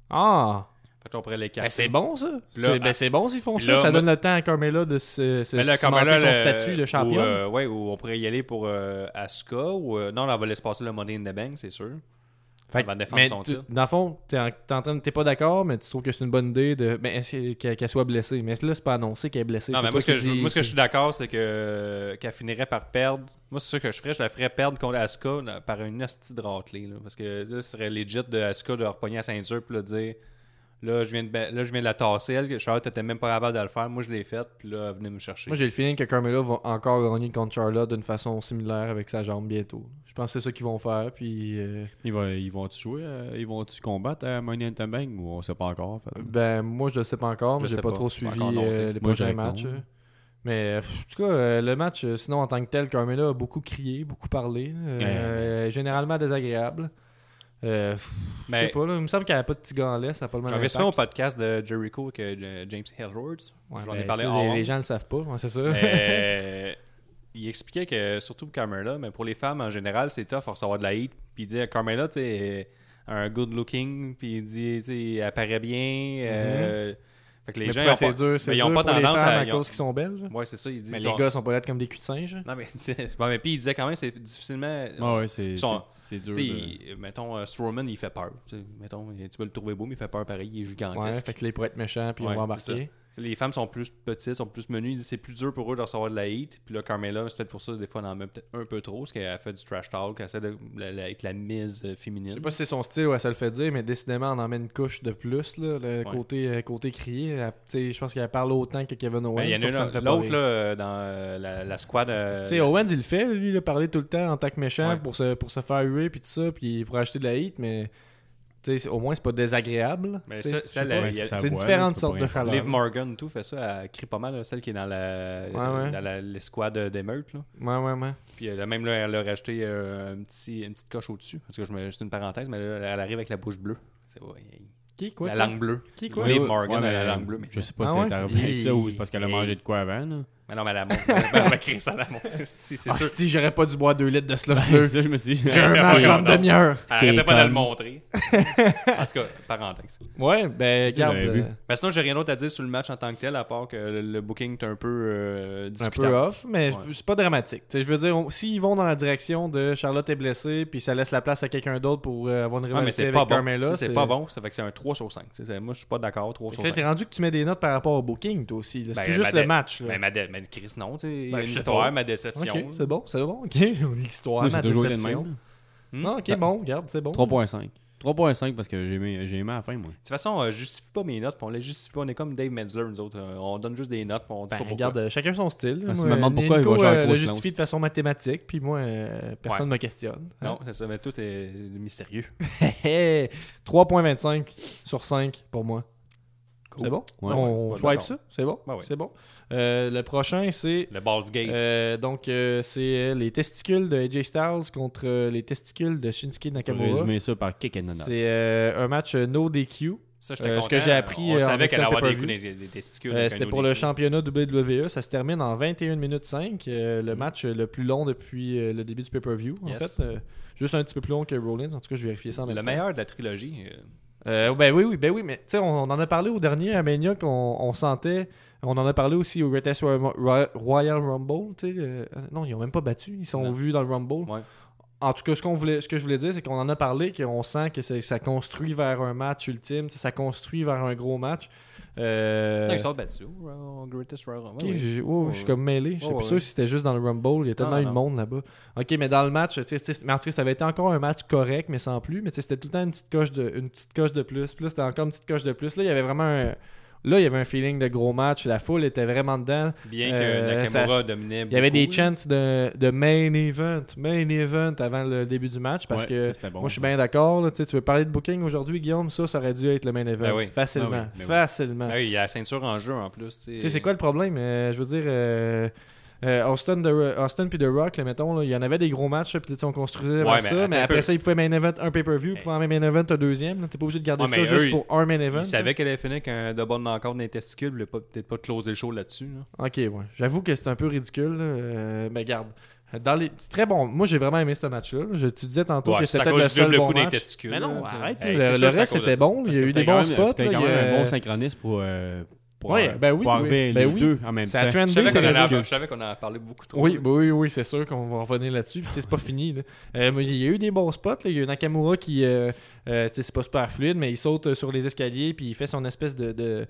Ah! Fait qu'on pourrait l'écarter. Ben, c'est bon, ça. Là, c'est bon s'ils font puis ça. là, Ça donne le temps à Carmella de se Mais là, cimenter son le- statut de championne. Ou on pourrait y aller pour Asuka. Non, là, on va laisser passer le Money in the Bank, c'est sûr. Fait Elle va défendre mais son titre. dans le fond, t'es pas d'accord, mais tu trouves que c'est une bonne idée qu'elle soit blessée. Mais là, c'est pas annoncé qu'elle est blessée. Non, C'est mais toi moi, qui ce que je suis d'accord, c'est qu'elle finirait par perdre. Moi, c'est ça que je ferais. Je la ferais perdre contre Asuka par une hostie de raclée. Là, parce que là, ce serait legit de Asuka de repogner la ceinture et de dire là, je viens de la tasser. Elle, Charlotte était même pas capable de le faire. Moi, je l'ai faite. Puis là, venez me chercher. Moi, j'ai le feeling que Carmella va encore gagner contre Charlotte d'une façon similaire avec sa jambe bientôt. Je pense que c'est ça qu'ils vont faire. Puis, Ils vont-tu jouer? Ils vont-tu combattre à Money in the Bank ou on sait pas encore, en fait? ben, moi, je le sais pas encore. Mais Je j'ai sais pas pas. trop C'est pas suivi encore annoncé. les Moi, prochains je dirais que matchs. non. Mais, en tout cas, le match, sinon, en tant que tel, Carmella a beaucoup crié, beaucoup parlé. Généralement désagréable. Je sais pas, là, il me semble qu'elle a pas de petit gants en laisse, ça a pas le même J'avais impact. ça au podcast de Jericho avec James Ellsworth. Ouais, J'en ai ben, parlé ça, en les ondes. gens le savent pas, ouais, c'est ça. Mais il expliquait que, surtout pour Carmella, mais pour les femmes en général, c'est tough à recevoir de la hate. Puis il dit Carmella, tu sais, un good looking, puis il dit, tu sais, elle paraît bien. Fait que les Mais gens, pourquoi ils ont c'est dur, c'est mais ils ont dur pas pour les tendance femmes à- à ils ont- cause qu'ils sont belges. Ouais, c'est ça. Il dit, Mais ils les sont- gars sont pas là comme des culs de singe. Non, mais, bon, mais puis il disait quand même, c'est difficilement. Ouais, c'est Sont- c'est dur. Tu sais, mettons, Strowman, il fait peur. Tu sais, mettons, tu peux le trouver beau, mais il fait peur pareil. Il est Ouais, gigantesque. fait que là, ils pourraient être méchants puis Ouais, on va c'est embarquer. Les femmes sont plus petites, sont plus menues. Il dit c'est plus dur pour eux de recevoir de la hate. Puis là, Carmella, c'est peut-être pour ça, des fois, on en met peut-être un peu trop, parce qu'elle fait du trash talk, elle essaie avec la mise féminine. Je sais pas si c'est son style ou elle se le fait dire, mais décidément, on en met une couche de plus. Là, le côté crié. Je pense qu'elle parle autant que Kevin Owens. Ben, il y en sauf que ça a me fait une, pas l'autre, rire. là, dans la squad. Tu sais, Owens, il le fait, lui, il a parlé tout le temps en tant que méchant Ouais. pour se faire huer puis tout ça, puis pour acheter de la hate, mais tu sais, au moins, c'est pas désagréable. Mais Tu sais, ça, je sais celle, pas, il y a- c'est ça une voit, différente tu peux sorte pas de rien faire. chaleur. Liv Morgan, tout fait ça, elle crie pas mal, là, celle qui est dans Ouais. l'escouade d'émeute. Là. Ouais. Puis même là, elle a rajouté une petite coche au-dessus. Parce que c'est une parenthèse, mais là, elle arrive avec la bouche bleue. C'est Qui, quoi? la langue bleue. Qui, quoi? Liv Ouais, Morgan, mais elle a la langue bleue. Mais... Je sais pas Ah si ouais? elle est arrivée avec ça ou c'est parce qu'elle a Et- mangé de quoi avant. Là. Mais non, mais elle a monté. Elle a créé ça, elle a monté. C'est Ah, sûr. si, j'aurais pas dû boire 2 litres de slot C'est bleu. ça, je me suis dit. J'ai un match en demi-heure. Elle arrêtait pas de le conne. montrer. En tout cas, parenthèse. Ouais, ben, regarde. j'avais vu. Mais sinon, j'ai rien d'autre à dire sur le match en tant que tel, à part que le booking est un peu un discutable. peu off, mais Ouais. c'est pas dramatique. Tu sais, je veux dire, s'ils vont dans la direction de Charlotte est blessée, puis ça laisse la place à quelqu'un d'autre pour avoir une Ah, mais rivalité c'est avec pas bon. Carmella, C'est pas bon, ça fait que c'est un 3 sur 5. Moi, je suis pas d'accord, 3 sur Fait que 5. t'es rendu que tu mets des notes par rapport au booking, toi aussi. là. C'est Ben, plus juste ma le match. là. Mais Chris, non, tu sais. Il y Ben, a une je sais histoire, pas. ma déception. Ok, c'est bon, ok. L'histoire, Moi, ma c'est toujours été de déception. même. Ah, ok, bon, regarde, c'est bon. 3.5. 3.5 parce que j'ai aimé à la fin, moi. De toute façon, je justifie pas mes notes, puis on les justifie pas. On est comme Dave Metzler, nous autres. On donne juste des notes, puis on dit Ben, pas pourquoi. regarde, chacun son style. Ah, si Moi, tu me demandes pourquoi, Nico, il va jouer avec le gros justifie silence. de façon mathématique, puis moi, personne Ouais. me questionne. Non, c'est ça, mais tout est mystérieux. 3.25 sur 5 pour moi. C'est bon? Ouais. On Ouais, swipe d'accord. ça? C'est bon? Ouais, ouais. C'est bon. Le prochain, c'est Le Bald's Gate. c'est les testicules de AJ Styles contre les testicules de Shinsuke Pour Nakamura. résumer ça par kick and the nuts. C'est un match no DQ. Ça, j'étais Ce content. que j'ai appris On en savait qu'elle allait avoir des écoutant coups des testicules. c'était pour le championnat WWE. Ça se termine en 21 minutes 5. Le match le plus long depuis le début du pay-per-view. En Yes. fait, juste un petit peu plus long que Rollins. En tout cas, je vais vérifier ça en même Le temps. meilleur de la trilogie. Ben oui, mais tu sais, on en a parlé au dernier à Mania qu'on sentait. On en a parlé aussi au Greatest Royal Rumble. Tu sais, non, ils ont même pas battu. Ils sont Non. vus dans le Rumble. Ouais. En tout cas, ce que je voulais dire, c'est qu'on en a parlé, qu'on sent que ça construit vers un match ultime, tu sais, ça construit vers un gros match. Non, ils sont battus au Greatest Royal Rumble. Ok, oui. je suis comme mêlé. Je suis Ouais, plus ouais. sûr si c'était juste dans le Rumble. Il y a tellement eu de non. monde là-bas. Ok, mais dans le match, tu sais, mais en tout cas, ça avait été encore un match correct, mais sans plus. Mais tu sais, c'était tout le temps une petite coche de plus. Puis là, c'était encore une petite coche de plus. Là, il y avait vraiment Là, il y avait un feeling de gros match. La foule était vraiment dedans. Bien que Nakamura dominait. Il y avait des chants de main event avant le début du match parce Ouais, que ça, c'était bon, moi je suis ça. bien d'accord. Là, tu veux parler de booking aujourd'hui, Guillaume? Ça aurait dû être le main event. Ben oui. Facilement. Ben oui, ben oui. Facilement. Il y a la ceinture en jeu en plus. Tu sais, c'est quoi le problème? Je veux dire, Austin puis The Rock, là, mettons, là, il y en avait des gros matchs, là, puis tu sais, on construisait vers Ouais, mais ça, attends mais un après peu. ça, il pouvait main event un pay-per-view, il pouvait en main event un deuxième. Là, t'es pas obligé de garder Ouais, ça mais juste eux, pour un main event. Il savait qu'elle allait finir avec un double knockout des testicules, il voulait peut-être pas closer le show là-dessus. Là. Ok, ouais. J'avoue que c'est un peu ridicule. Mais garde. C'est très bon. Moi, j'ai vraiment aimé ce match-là. Tu disais tantôt Ouais, que c'est c'était à peut-être le cause du seul double bon coup des match. testicules, Mais non, là. arrête. Hey, le c'est sûr, c'est à reste, cause de c'était ça. bon. Il y a eu des bons spots. T'as là, quand il y même a- un bon synchronisme pour Ouais, ben oui, arriver oui. les Ben oui. deux en même Ça a temps. trendé, Je c'est ridicule. savais qu'on en a parlé beaucoup trop. Oui, c'est sûr qu'on va revenir là-dessus. Puis, tu sais, c'est pas fini. Là. Mais il y a eu des bons spots. Là. Il y a eu Nakamura qui, tu sais, c'est pas super fluide, mais il saute sur les escaliers puis il fait son espèce de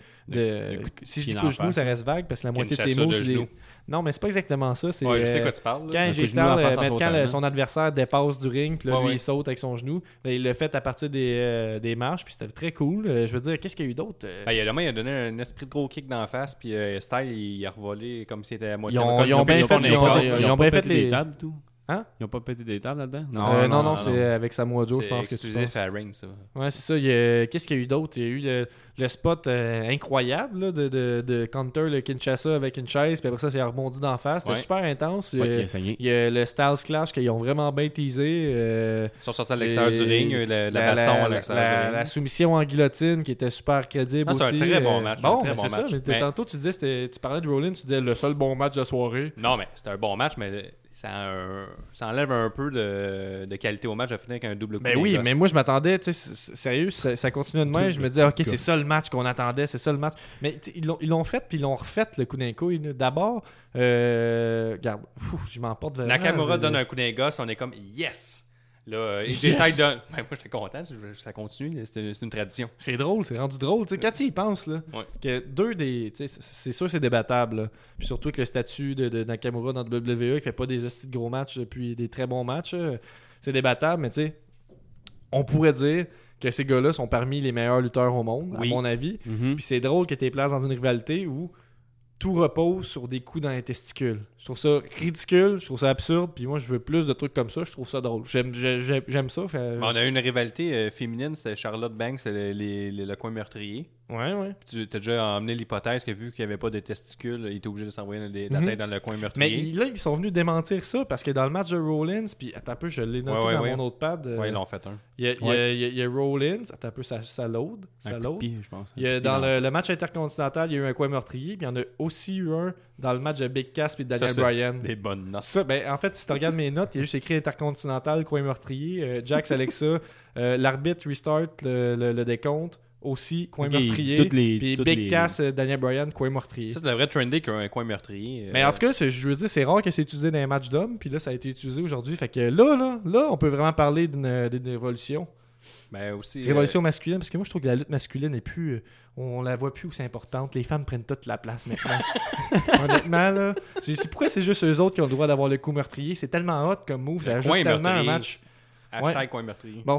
si je dis pied coup en de genou, face. ça reste vague parce que la moitié de ses Kinshasa mots, de c'est les... genoux. Non, mais c'est pas exactement ça. C'est Ouais, je sais quoi tu parles. là. quand Un AJ coup de Styles, genou en face en quand sautant, son adversaire dépasse du ring, puis là, Ouais, lui ouais. il saute avec son genou, ben, il l'a fait à partir des marches, puis c'était très cool. Je veux dire, qu'est-ce qu'il y a eu d'autre? Ben, il a donné un esprit de gros kick d'en face, puis Style, il a revolé comme s'il était à moitié. Ils ont comme bien depuis fait- qu'on est ils ont- encore. ils ont bien fait pété les- des tables, tout. Hein? Ils ont pas pété des tables là-dedans? Non, c'est avec Samoa Joe, je C'est pense que tu exclusif penses. à Ring, ça. Ouais, c'est ça. Qu'est-ce qu'il y a eu d'autre? Il y a eu le spot incroyable là, de Counter, le Kinshasa avec une chaise, puis après ça, c'est rebondi d'en face. C'était Ouais. super intense. Ouais, il a saigné. Il y a le Styles Clash qu'ils ont vraiment bien teasé. Ils sont sortis à l'extérieur du ring, la baston à l'extérieur du ring. La soumission en guillotine qui était super crédible Non, c'est un aussi. très bon match, Bon, un très ben, bon c'est ça. match. Mais Mais- tantôt, tu disais, tu parlais de Rollins, tu disais le seul bon match de la soirée. Non, mais c'était un bon match, mais ça enlève un peu de qualité au match de finir avec un double coup. Ben des oui, gosses. mais moi je m'attendais, tu sais, sérieux, ça continuait de même. Je me disais, ok, c'est ça le match qu'on attendait, c'est ça le match. Mais ils l'ont fait, puis ils l'ont refait le coup d'un coup. D'abord, regarde, je m'emporte vraiment. Nakamura donne un coup d'un gosse, on est comme yes! Là, AJ Styles donne. Ben, moi, j'étais content, ça continue, c'est une tradition. C'est drôle, c'est rendu drôle. Tu sais, quand tu y penses, là, Ouais. que deux des. Tu sais, c'est sûr, c'est débattable. Là. Puis surtout que le statut de Nakamura dans le WWE, qui fait pas des hosties de gros matchs depuis des très bons matchs, c'est débattable, mais tu sais, on pourrait dire que ces gars-là sont parmi les meilleurs lutteurs au monde, Oui. à mon avis. Mhm. Puis c'est drôle que tu es placé dans une rivalité où tout repose sur des coups dans les testicules. Je trouve ça ridicule, je trouve ça absurde, puis moi je veux plus de trucs comme ça, je trouve ça drôle. J'aime ça. Mais on a eu une rivalité féminine, c'était Charlotte Banks, c'était le coin meurtrier. Ouais. Tu as déjà emmené l'hypothèse que vu qu'il n'y avait pas de testicules, il était obligé de s'envoyer la Mhm. tête dans le coin Mais meurtrier. là, ils sont venus démentir ça parce que dans le match de Rollins, puis attends un peu, je l'ai noté dans mon autre pad. Ouais, ils l'ont fait un. Il y a Rollins, attends un peu, ça load. Un Ça coup de load. pied, je pense. Il y a, dans le match intercontinental, il y a eu un coin meurtrier, puis il y en a aussi eu un dans le match de Big Cass et de Daniel Ça, c'est Bryan. Des bonnes notes. Ça, ben, en fait, si tu regardes mes notes, il y a juste écrit intercontinental, coin meurtrier, Jax Alexa, l'arbitre restart le décompte, aussi coin Ok, il dit meurtrier, toutes les- puis toutes Big les- Cass, Daniel Bryan, coin meurtrier. Ça, c'est devrait trender qu'un coin meurtrier. Mais en tout cas, je veux dire, c'est rare que c'est utilisé dans les matchs d'hommes, puis là, ça a été utilisé aujourd'hui. Fait que là, on peut vraiment parler d'une révolution. Ben aussi. Révolution masculine, parce que moi, je trouve que la lutte masculine est plus. On la voit plus où c'est importante. Les femmes prennent toute la place maintenant. Honnêtement, là. Pourquoi c'est juste eux autres qui ont le droit d'avoir le coup meurtrier? C'est tellement hot comme move, ça Le ajoute coin tellement un meurtrier. match. Hashtag Ouais. coin meurtrier. Bon,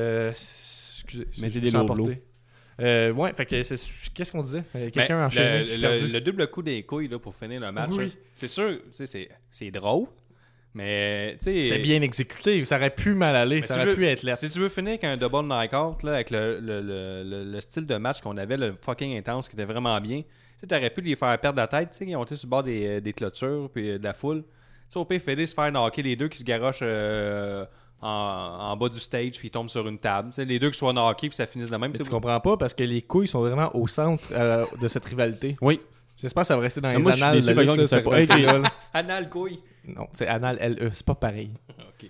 excusez. Mettez je des me suis low emporté. Ouais, fait que qu'est-ce qu'on disait? Quelqu'un Ben, enchaîné. je suis perdu. le double coup des couilles là, pour finir le match, Oui. là, c'est sûr, tu sais, c'est drôle, mais tu sais. C'était bien exécuté. Ça aurait pu mal aller. mais Ça si aurait tu veux- pu être lettre. Si tu veux finir avec un double knockout, là, avec le style de match qu'on avait, le fucking intense qui était vraiment bien, tu aurais pu les faire perdre la tête. Tu sais, ils ont été sur le bord des clôtures puis de la foule. Tu sais, au pire, Félix se faire knocker les deux qui se garochent en bas du stage puis ils tombent sur une table. T'sais, les deux qui soient knockés puis ça finisse de même. Mais tu comprends pas parce que les couilles sont vraiment au centre de cette rivalité. Oui. J'espère que ça va rester dans les moi, je suis annales. déçu, par exemple, que ça cette a pas été- rivalité-là, là. Anal couille. Non, c'est anal LE, c'est pas pareil. OK.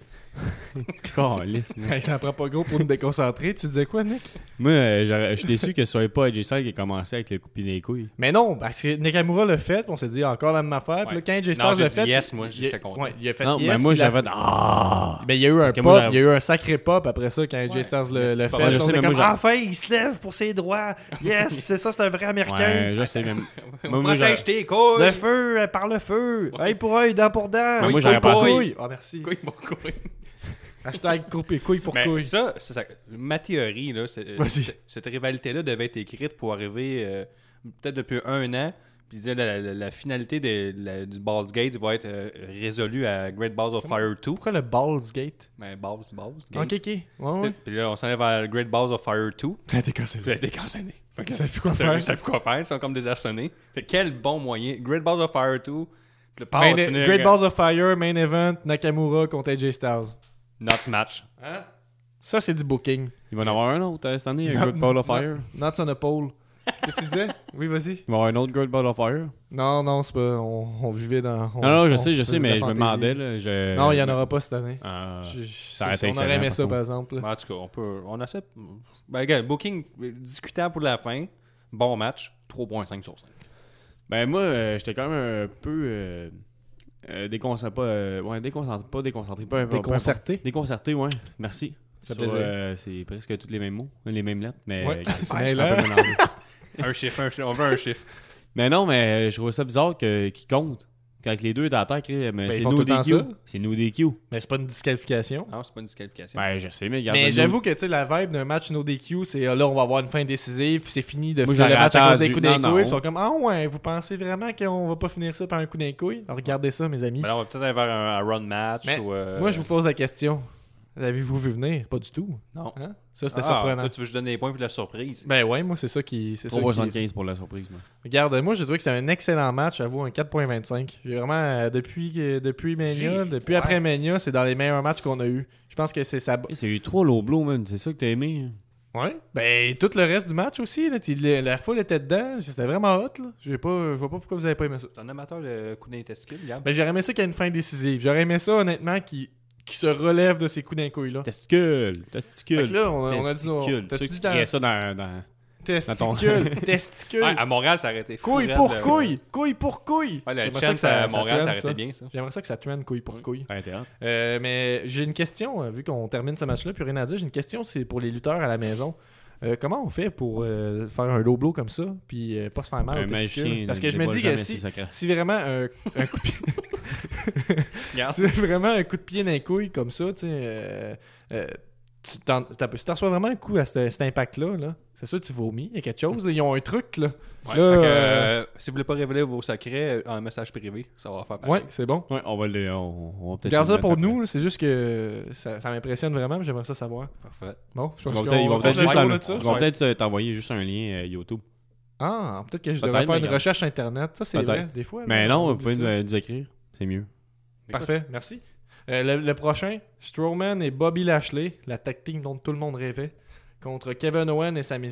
Calisse, là. Hey, ça prend pas gros pour nous déconcentrer. Tu disais quoi, Nick? Moi, je suis déçu que ce soit pas AJ Styles qui a commencé avec le coup de pied des couilles. Mais non, parce que Nakamura l'a fait, puis on s'est dit encore la même affaire. Puis là, quand AJ Non, Styles j'ai l'a dit fait. yes, moi, il- j'étais content. Ouais, il a fait Non, yes. mais moi, puis la- j'avais. Ah! Ben, il y a eu un que pop, moi, j'avais- il y a eu un sacré pop après ça quand AJ Styles mais l'a c'est fait. pas mal, je On sais, était mais comme, moi, enfin, il se lève pour ses droits. Yes, c'est ça, c'est un vrai Américain. Ouais, je sais, même. Moi, Protège tes couilles. Le feu par le feu. Œil pour œil, dent pour dent. moi, Couille j'aurais pour pensé- couille. Ah, merci. Couille, mon couille. Hashtag couille pour Mais couille. ma théorie, là, Vas-y. cette rivalité-là devait être écrite pour arriver peut-être depuis 1 an. Puis dire la finalité du Baldur's Gate va être résolue à Great Balls of Fire 2. Pourquoi le Balls Gate? Ben, Balls Gate. Ok, ok. Ouais, ouais. Puis là, on s'en est vers Great Balls of Fire 2. Ça a été cassé. Puis elle a été cancellée. Fait que ça fait quoi Ça faire? savent plus quoi faire. Ils sont comme désarçonnés. Quel bon moyen. Great Balls of Fire 2. Puis le power Great finir, Balls of Fire, main event, Nakamura contre AJ Styles. Not match. Hein? Ça, c'est du booking. Il va en avoir un autre cette année, un Great Ball of Fire. Not on a pole. Qu'est-ce que tu disais? Oui, vas-y. Il va y avoir un autre Great Ball of Fire. Non, c'est pas. On vivait dans. Non, je on sais, faisait de mais la je me fantaisie. demandait. Là, Non, il n'y en aura pas cette année. Ah. Ça aurait été on aurait aimé excellent, ça, par par exemple. là. En tout cas, on essaie. Ben, regarde, booking discutable pour la fin. Bon match. 3.5 sur 5. Ben moi, j'étais quand même un peu déconcentré, pas déconcentré, peu importe. Déconcerté? Déconcerté, ouais. Merci. Ça fait Sur, plaisir. c'est presque tous les mêmes mots, les mêmes lettres, mais Ouais, c'est un bien peu là. mélangé. Un chiffre, on veut un chiffre. Mais non, mais je trouve ça bizarre qu'ils comptent. Quand les deux étaient à terre, mais ils c'est font no tout le temps DQ. ça. C'est no DQ. Mais c'est pas une disqualification. Non, c'est pas une disqualification. Ben, je sais, mais regarde. Mais le j'avoue que tu sais, la vibe d'un match no DQ, c'est là, on va avoir une fin décisive, puis c'est fini de Moi, finir le j'aurais match à cause des attendu. coups des Non, couilles. non. Puis ils sont comme, ah ouais, vous pensez vraiment qu'on va pas finir ça par un coup d'un couille? Alors, regardez ça, mes amis. Ben là, on va peut-être aller vers un run match. Mais ou, Moi, je vous pose la question. L'avez-vous vu venir? Pas du tout. Non. Hein? Ça, c'était Ah, surprenant. toi, tu veux que je donne des points pour la surprise. Ben ouais, moi, c'est ça qui. C'est ça qui... 3,75 pour la surprise. Moi. Regarde, moi, j'ai trouvé que c'est un excellent match, j'avoue, un 4.25. J'ai vraiment, depuis Mania, depuis après Mania, c'est dans les meilleurs matchs qu'on a eu. Je pense que c'est ça. C'est eu 3 low blows, man. C'est ça que t'as aimé. Ouais. Ben, tout le reste du match aussi, là, la foule était dedans. C'était vraiment hot, là. Je vois pas pourquoi vous avez pas aimé ça. T'es un amateur de coups d'un testicule, regarde. Ben, j'aurais aimé ça qu'il y ait une fin décisive. J'aurais aimé ça, honnêtement, qui se relève de ces coups d'un couille, là. Testicule. Fait que là, on a dit. Testicule. T'as-tu Tu dit criais ça dans... testicule? Testicule. Ouais, à Montréal, ça aurait été fou. Couille raide, pour là. couille! Couille pour couille! Ouais, le J'aimerais ça chant que ça à Montréal, ça trende, aurait ça. été bien, ça. J'aimerais ça que ça trende couille pour couille. Ouais, t'es hot. Mais j'ai une question, vu qu'on termine ce match-là, puis rien à dire. J'ai une question, c'est pour les lutteurs à la maison. Comment on fait pour faire un low blow comme ça, puis pas se faire mal Un aux testicules? magicien Parce que ne je me dis dévoile que jamais ses secrets. si vraiment un coup de pied... Regarde. si vraiment un coup de pied dans les couilles comme ça, tu sais... si tu reçois vraiment un coup à cet impact-là, là, c'est sûr que tu vomis. Il y a quelque chose. Là. Ils ont un truc, là. Ouais, Là, fait que, si vous voulez pas révéler vos secrets, un message privé, ça va faire pareil. Ouais, c'est bon. Ouais, on va peut-être... Garde le ça mettre pour après. nous, là, c'est juste que ça m'impressionne vraiment, mais j'aimerais ça savoir. Parfait. Bon, je Ils pense vont peut-être- ils vont peut-être qu'on juste parle la- de ça. ils vont peut-être t'envoyer juste un lien YouTube. Ah, peut-être que je Peut-être, devrais faire une mais recherche internet. Ça, c'est Peut-être. vrai, des fois. Mais là, non, on vous oublie pouvez ça. nous écrire. C'est mieux. Parfait, merci. Le prochain, Strowman et Bobby Lashley, la tag team dont tout le monde rêvait, contre Kevin Owens et Sami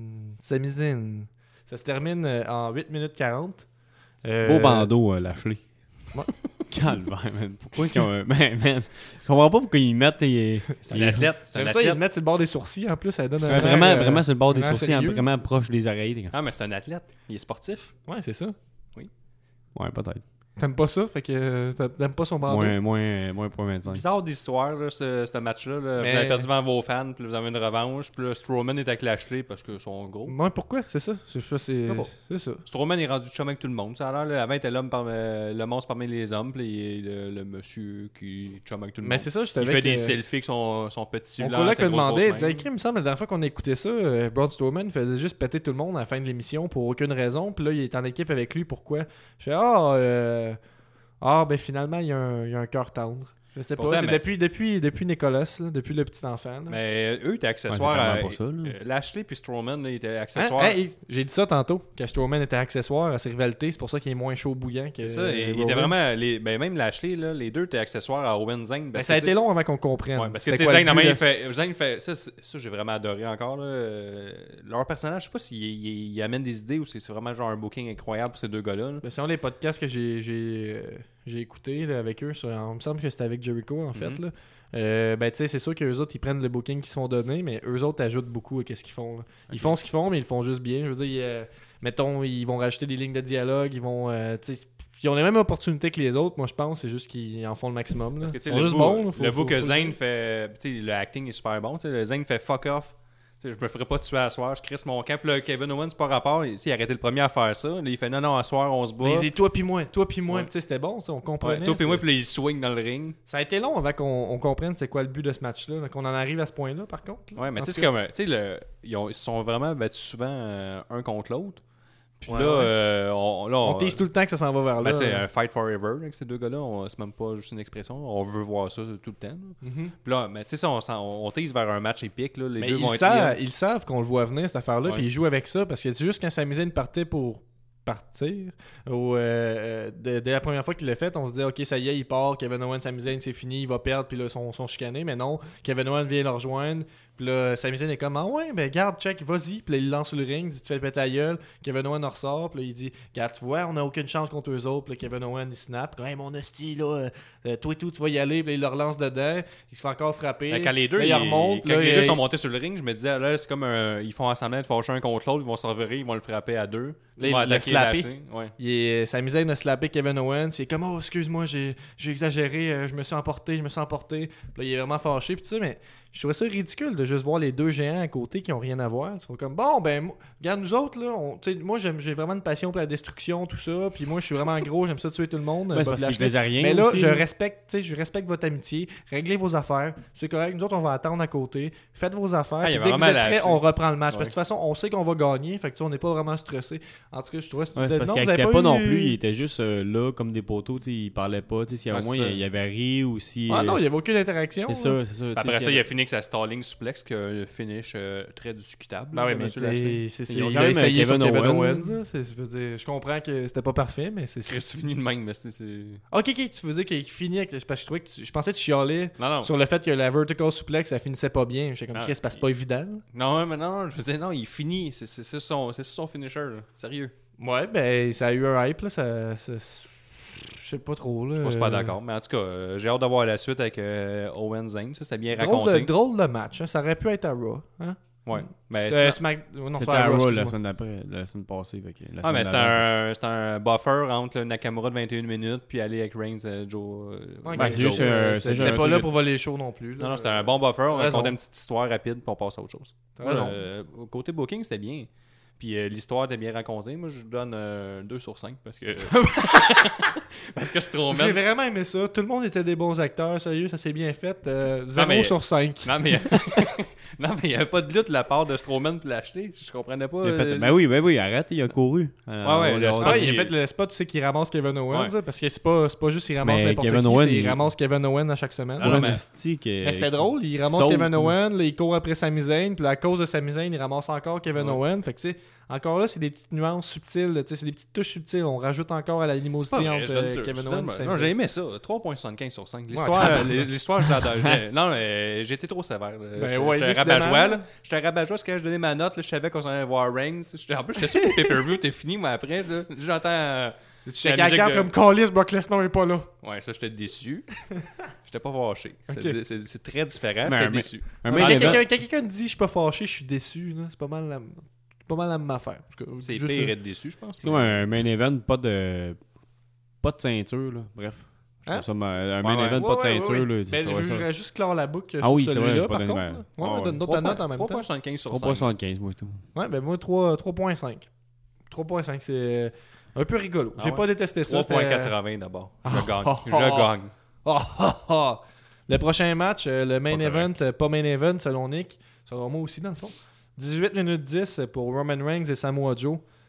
Zayn. Ça se termine en 8 minutes 40. Beau bandeau, Lashley. Ouais. Calvaire, man. Pourquoi ils ont... Man, je comprends pas pourquoi ils mettent... C'est un athlète. C'est un Comme ça, ils le athlète. mettent sur le bord des sourcils en plus, ça donne un air, Vraiment sur le bord des un air sourcils, sérieux. vraiment proche des oreilles. Ah, mais c'est un athlète. Il est sportif. Ouais, c'est ça. Ouais, peut-être. T'aimes pas ça, fait que t'aimes pas son bandeau. Moins 0.25. Bizarre d'histoire, là, ce match-là. Là. Mais- Vous avez perdu devant vos fans, puis là, vous avez une revanche. Puis là, Strowman est avec Lashley parce qu'ils sont gros. Ouais, pourquoi? C'est ça. C'est Ah bon. ça. Strowman est rendu chum avec tout le monde. Ça a l'air, là, avant, il était le monstre parmi les hommes, puis il est le monsieur qui est chum avec tout le Mais monde. c'est ça, je Il t'avais fait des selfies avec son petit Mon cellulaire, collègue ses me grosses demandait, il grosses disait, mains. écrit, il me semble, la dernière fois qu'on a écouté ça, Braun Strowman faisait juste péter tout le monde à la fin de l'émission pour aucune raison. Puis là, il est en équipe avec lui. Pourquoi? Je fais, ben finalement, il y a un cœur tendre. Je sais pas, Pourtant, c'est mais- depuis Nicolas, là, depuis le petit enfant. Là. Mais eux, étaient accessoires. Ouais, c'est clairement pas ça, là. Lashley puis Strowman, là, ils étaient Hein? accessoires. Hey, Yves, j'ai dit ça tantôt, que Strowman était accessoire à ses rivalités, c'est pour ça qu'il est moins chaud bouillant que C'est ça, et il était Rollins. vraiment. Même Lashley, là, les deux étaient accessoires à Owen Zayn. Ben, ça a été long avant qu'on comprenne. Ouais, parce que C'était tu sais, quoi Zayn, le but il de- Zayn fait. Ça, j'ai vraiment adoré encore. Là. Leur personnage, je sais pas s'il amène des idées ou si c'est vraiment genre un booking incroyable pour ces deux gars-là. Là. Ben, selon les podcasts que j'ai écoutés là, avec eux, il me semble que c'était avec Jericho en fait. Mhm. Là. Ben, tu sais, c'est sûr qu'eux autres, ils prennent le booking qui sont donnés, mais eux autres ajoutent beaucoup à ce qu'ils font. Là. Ils font ce qu'ils font, mais ils le font juste bien. Je veux dire, mettons, ils vont rajouter des lignes de dialogue, ils vont. Tu sais, ils ont les mêmes opportunités que les autres, moi je pense, c'est juste qu'ils en font le maximum. Là. Parce que tu sais, Ils sont le juste bout, bons, là. le bout que le Zayn dire. fait. Tu sais, le acting est super bon. Tu sais, le Zayn fait fuck off. Tu sais, je me ferais pas tuer à soir, je crisse mon camp. Puis là, Kevin Owens, c'est pas rapport. Il a arrêté le premier à faire ça. Là, il fait non, à soir, on se bat. Mais ils disaient toi puis moi, Ouais. puis tu sais, c'était bon, ça, on comprenait. Ouais, toi, puis ça. moi, puis là, il swing dans le ring. Ça a été long avant qu'on comprenne c'est quoi le but de ce match-là, là, qu'on en arrive à ce point-là, par contre. là. Ouais, mais En tu sais, tout c'est cas, comme. Tu sais, ils se sont vraiment battus souvent un contre l'autre. Puis Ouais, là, ouais. on on tease tout le temps que ça s'en va vers Ben, là. tu sais, un fight forever avec ces deux gars-là, c'est même pas juste une expression. On veut voir ça tout le temps. Là. Mhm. Puis là, mais tu sais, ça, on tease vers un match épique. Là. Les Mais deux vont ils être savent, liés. ils savent qu'on le voit venir, cette affaire-là, Ouais. puis ils jouent avec ça, parce que c'est juste quand Sami Zayn partait pour partir, ou, dès la première fois qu'il l'a fait, on se dit, ok, ça y est, il part, Kevin Owens, Sami Zayn, c'est fini, il va perdre, puis là, ils sont chicanés, mais non, Kevin Owens vient le rejoindre, puis là, Sami Zayn est comme, ah ouais, ben garde, check, vas-y, puis là, il le lance sur le ring, il dit, tu fais péter la gueule, Kevin Owens en ressort, puis là, il dit, regarde, tu vois, on n'a aucune chance contre eux autres, puis là, Kevin Owens, il snap, comme, hey, mon hostie, là, toi et tout, tu vas y aller, puis là, il le relance dedans, il se fait encore frapper, Ben, quand les deux, là, il remonte, quand là, les deux il- sont montés sur le ring, je me disais, là, c'est comme ils font semblant de fâcher un contre l'autre, ils vont se revirer, ils vont le frapper à deux. Ils vont Là, il l'a attaquer slappé. Lashley. Ouais. Sami Zayn a slappé Kevin Owens. Il est comme, oh, excuse-moi, j'ai exagéré, je me suis emporté. Puis là, il est vraiment fâché. Puis tu sais, mais je trouvais ça ridicule de juste voir les deux géants à côté qui ont rien à voir. Ils sont comme, bon, ben, regarde, nous autres, là, tu sais, moi, j'ai vraiment une passion pour la destruction, tout ça. Puis moi, je suis vraiment gros, j'aime ça tuer tout le monde. Ouais, c'est Bobby parce qu'il Lashley. faisait rien. Mais là, aussi, je respecte votre amitié. Réglez vos affaires. C'est correct. Nous autres, on va attendre à côté. Faites vos affaires. Ah, il y Puis avait dès que vous êtes vraiment prêts, Lashley. on reprend le match. Ouais. Parce que de toute façon, on sait qu'on va gagner. Fait que tu sais, on n'est pas vraiment stressé. En tout cas, je trouvais que Ouais, c'est parce non, qu'il vous avez actait pas non eu- plus, il était juste là comme des poteaux, tu sais, il parlait pas, tu sais, si au Ouais, moins c'est ça. il y avait ri ou si. Ah non, il n'y avait aucune interaction. c'est là. ça, c'est ça. Puis tu sais, après s'il ça, y il a avait- fini avec sa Stalling Suplex, qui a un finish très discutable. Ben oui, là, mais Monsieur Lashley. c'est Ils ont il quand a même essayé sur Kevin Kevin Owens. Owens. Là. Je veux dire, je comprends que c'était pas parfait, mais c'est. Chris, tu finis de même, mais c'est. Ok, tu faisais qu'il finit avec. Parce que je trouvais que je pensais que tu chialais Non, non. sur le fait que la vertical suplex ça finissait pas bien. J'étais comme Ah, Chris, parce que c'est pas évident. là. Non, mais non, je me disais, non, il finit. C'est ça son finisher, là. Sérieux. Ouais, ben ça a eu un hype là. Je sais pas trop là. Je suis pas d'accord. Mais en tout cas, j'ai hâte d'avoir la suite avec Owen Zayn. Ça, c'était bien Drôle raconté. de match. Hein. Ça aurait pu être à Raw. Hein? Ouais. Mais C'était sinon- non, C'était pas à Raw la excuse-moi. semaine d'après, la semaine passée. Fait que la Ah, mais semaine c'était un buffer entre le Nakamura de 21 minutes puis aller avec Reigns, Joe. Ouais, ben, c'est Joe. juste un- c'est C'était juste un pas truc là de- pour voler les shows non plus. là. Non, non, c'était un bon buffer. On T'as raison. racontait une petite histoire rapide puis on passe à autre chose. T'as raison. Côté booking, c'était bien. Puis l'histoire était bien racontée. Moi, je donne 2 sur 5 parce que. parce que J'ai Strowman. vraiment aimé ça. Tout le monde était des bons acteurs, sérieux, ça s'est bien fait. 0 mais- sur 5. Non, mais non, mais il n'y avait pas de lutte de la part de Strowman pour l'acheter. Je comprenais pas. Il a fait, ben oui, arrête, il a couru. ouais, le spot, Ah, il il- a fait le spot, tu sais, qu'il ramasse Kevin Owens, Ouais. parce que c'est pas juste qu'il ramasse Mais n'importe Kevin qui, Owens, c'est il il- ramasse Kevin Owens à chaque semaine. Ah, non, mais- Mais c'était drôle, il ramasse saute, Kevin là. Owens, là, il court après Sami Zayn, puis là, à cause de Sami Zayn, il ramasse encore Kevin Ouais. Owens. Fait que tu sais, encore là, c'est des petites nuances subtiles, tu sais, c'est des petites touches subtiles. On rajoute encore à la C'est pas animosité vrai, entre je donne ça, Kevin je Owens donne- et Sami Non, j'ai Zayn. aimé ça. 3.75 sur 5. Ouais, L'histoire, je l'adore. Non, mais j'ai été trop sévère. Ben ouais, J'étais un décidément. rabat-joie. Là. J'étais un rabat-joie parce que quand je donnais ma note, là, je savais qu'on s'en allait voir Reigns. En plus, j'étais sûr que le pay-per-view était fini, mais après, là, j'entends. Tu checkes la à musique 4 de- comme Callis, Brock Lesnar est pas là. Ouais, ça, j'étais déçu. J'étais pas fâché. Ok. C'est très différent. Mais J'étais un- déçu. Un Quand main event- quelqu'un dit je suis pas fâché, je suis déçu, là, c'est pas mal la même affaire. En tout cas, C'est juste pire ça. être déçu, je pense. c'est comme un main event, pas de ceinture, là. Bref. Je Hein? trouve ça, un Ouais, main ouais. event, pas de ceinture, là. Ben, je trouverais je ça- voudrais juste clore la boucle Ah sur oui, c'est vrai, celui-là, j'ai pas par donné contre. ma- là. Ouais, Ouais, donne ta note en même temps. 3.75 sur 5. 3.75, moi, c'est tout. Ouais, ben moi, 3.5. 3.5, c'est un peu rigolo. Ah J'ai ouais? pas détesté ça. 3.80 d'abord. Je gagne. oh, Je oh. gagne. Oh, oh, oh. Le prochain match, le main Pas event, correct. pas main event selon Nick, selon moi aussi dans le fond. 18 minutes 10 pour Roman Reigns et Samoa Joe.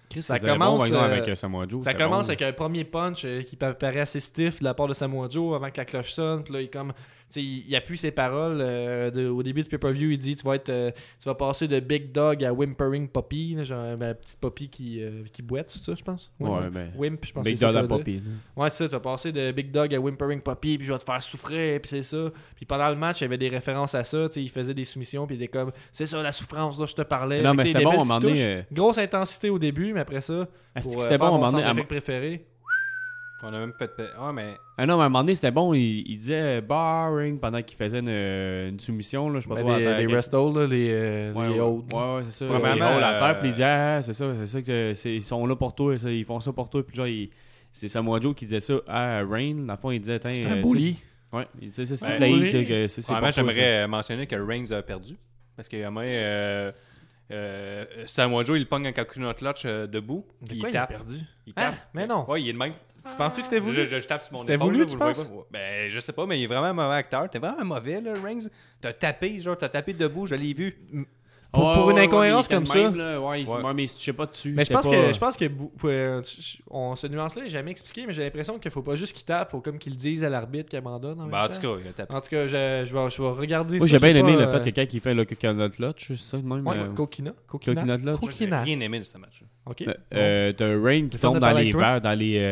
Chris, Ça ça commence commence, bon, par exemple, avec Samoa Joe. Ça c'était commence bon, avec un premier punch qui paraît assez stiff de la part de Samoa Joe avant que la cloche sonne. Puis là, il appuie ses paroles. Au début du pay-per-view, il dit tu vas passer de Big Dog à Whimpering Poppy. Là, genre la petite Poppy qui boite, c'est ça, je pense. Ouais, ben, Wimp, je pense Big que c'est ça Dog que à ça veut dire. Poppy. là. Ouais, c'est ça, tu vas passer de Big Dog à Whimpering Poppy, puis je vais te faire souffrir, puis c'est ça. Puis pendant le match, il y avait des références à ça, tu sais, il faisait des soumissions, puis il était comme, c'est ça la souffrance, là, je te parlais. Non, Puis, mais tu sais, c'était des bon, belles à un moment petites donné, touches. Grosse intensité au début, mais après ça, Est-ce que pour c'était faire bon à un mon moment donné? sound effect préféré. On a même pas de... Ah, mais... Ah non, mais à un moment donné, c'était bon. Il disait barring pendant qu'il faisait une soumission. Là, je sais pas Ben, trop. les rest hold, là, les ouais, holds. ouais, c'est ça. Premièrement, Ils roulent à terre, puis il dit c'est ça que ils sont là pour toi, ils font ça pour toi. Puis genre, c'est Samoa Joe qui disait ça à Rain. Dans le fond, il disait C'est un bully. Ouais, il disait c'est Ouais, toute la bully. tu sais, que c'est Premièrement, pour toi, ça. j'aimerais mentionner que Reigns a perdu. Parce que Samoa Joe, il pogne un coconut clutch debout. De Puis quoi il il a tape. perdu? Il Ah, tape. mais non. Ouais, il est de même. Tu penses-tu que c'était voulu? Je tape sur mon C'était épaule, voulu, là, tu vous le voyez penses? pas? Ben, je sais pas, mais il est vraiment un mauvais acteur. T'es vraiment mauvais, là, Reigns. T'as tapé debout, je l'ai vu. Pour une incohérence il était comme de ça. même, là, ouais, Ouais. mais je sais pas dessus. Mais je c'était pense pas- que ce nuance-là n'est jamais expliqué, mais j'ai l'impression qu'il faut pas juste qu'il tape, faut comme qu'il le dise à l'arbitre qu'il abandonne. Ben, en tout cas, il a tapé. En tout cas, je vais regarder Moi, ça. j'ai bien je sais aimé pas, le fait que quand il fait le coconut clutch, c'est ça de même. Ouais, Coquina. Coconut clutch. J'ai Coquina. rien aimé de ce match. Ok. T'as Rain qui C'est fun tombe de dans parler les avec toi. verres,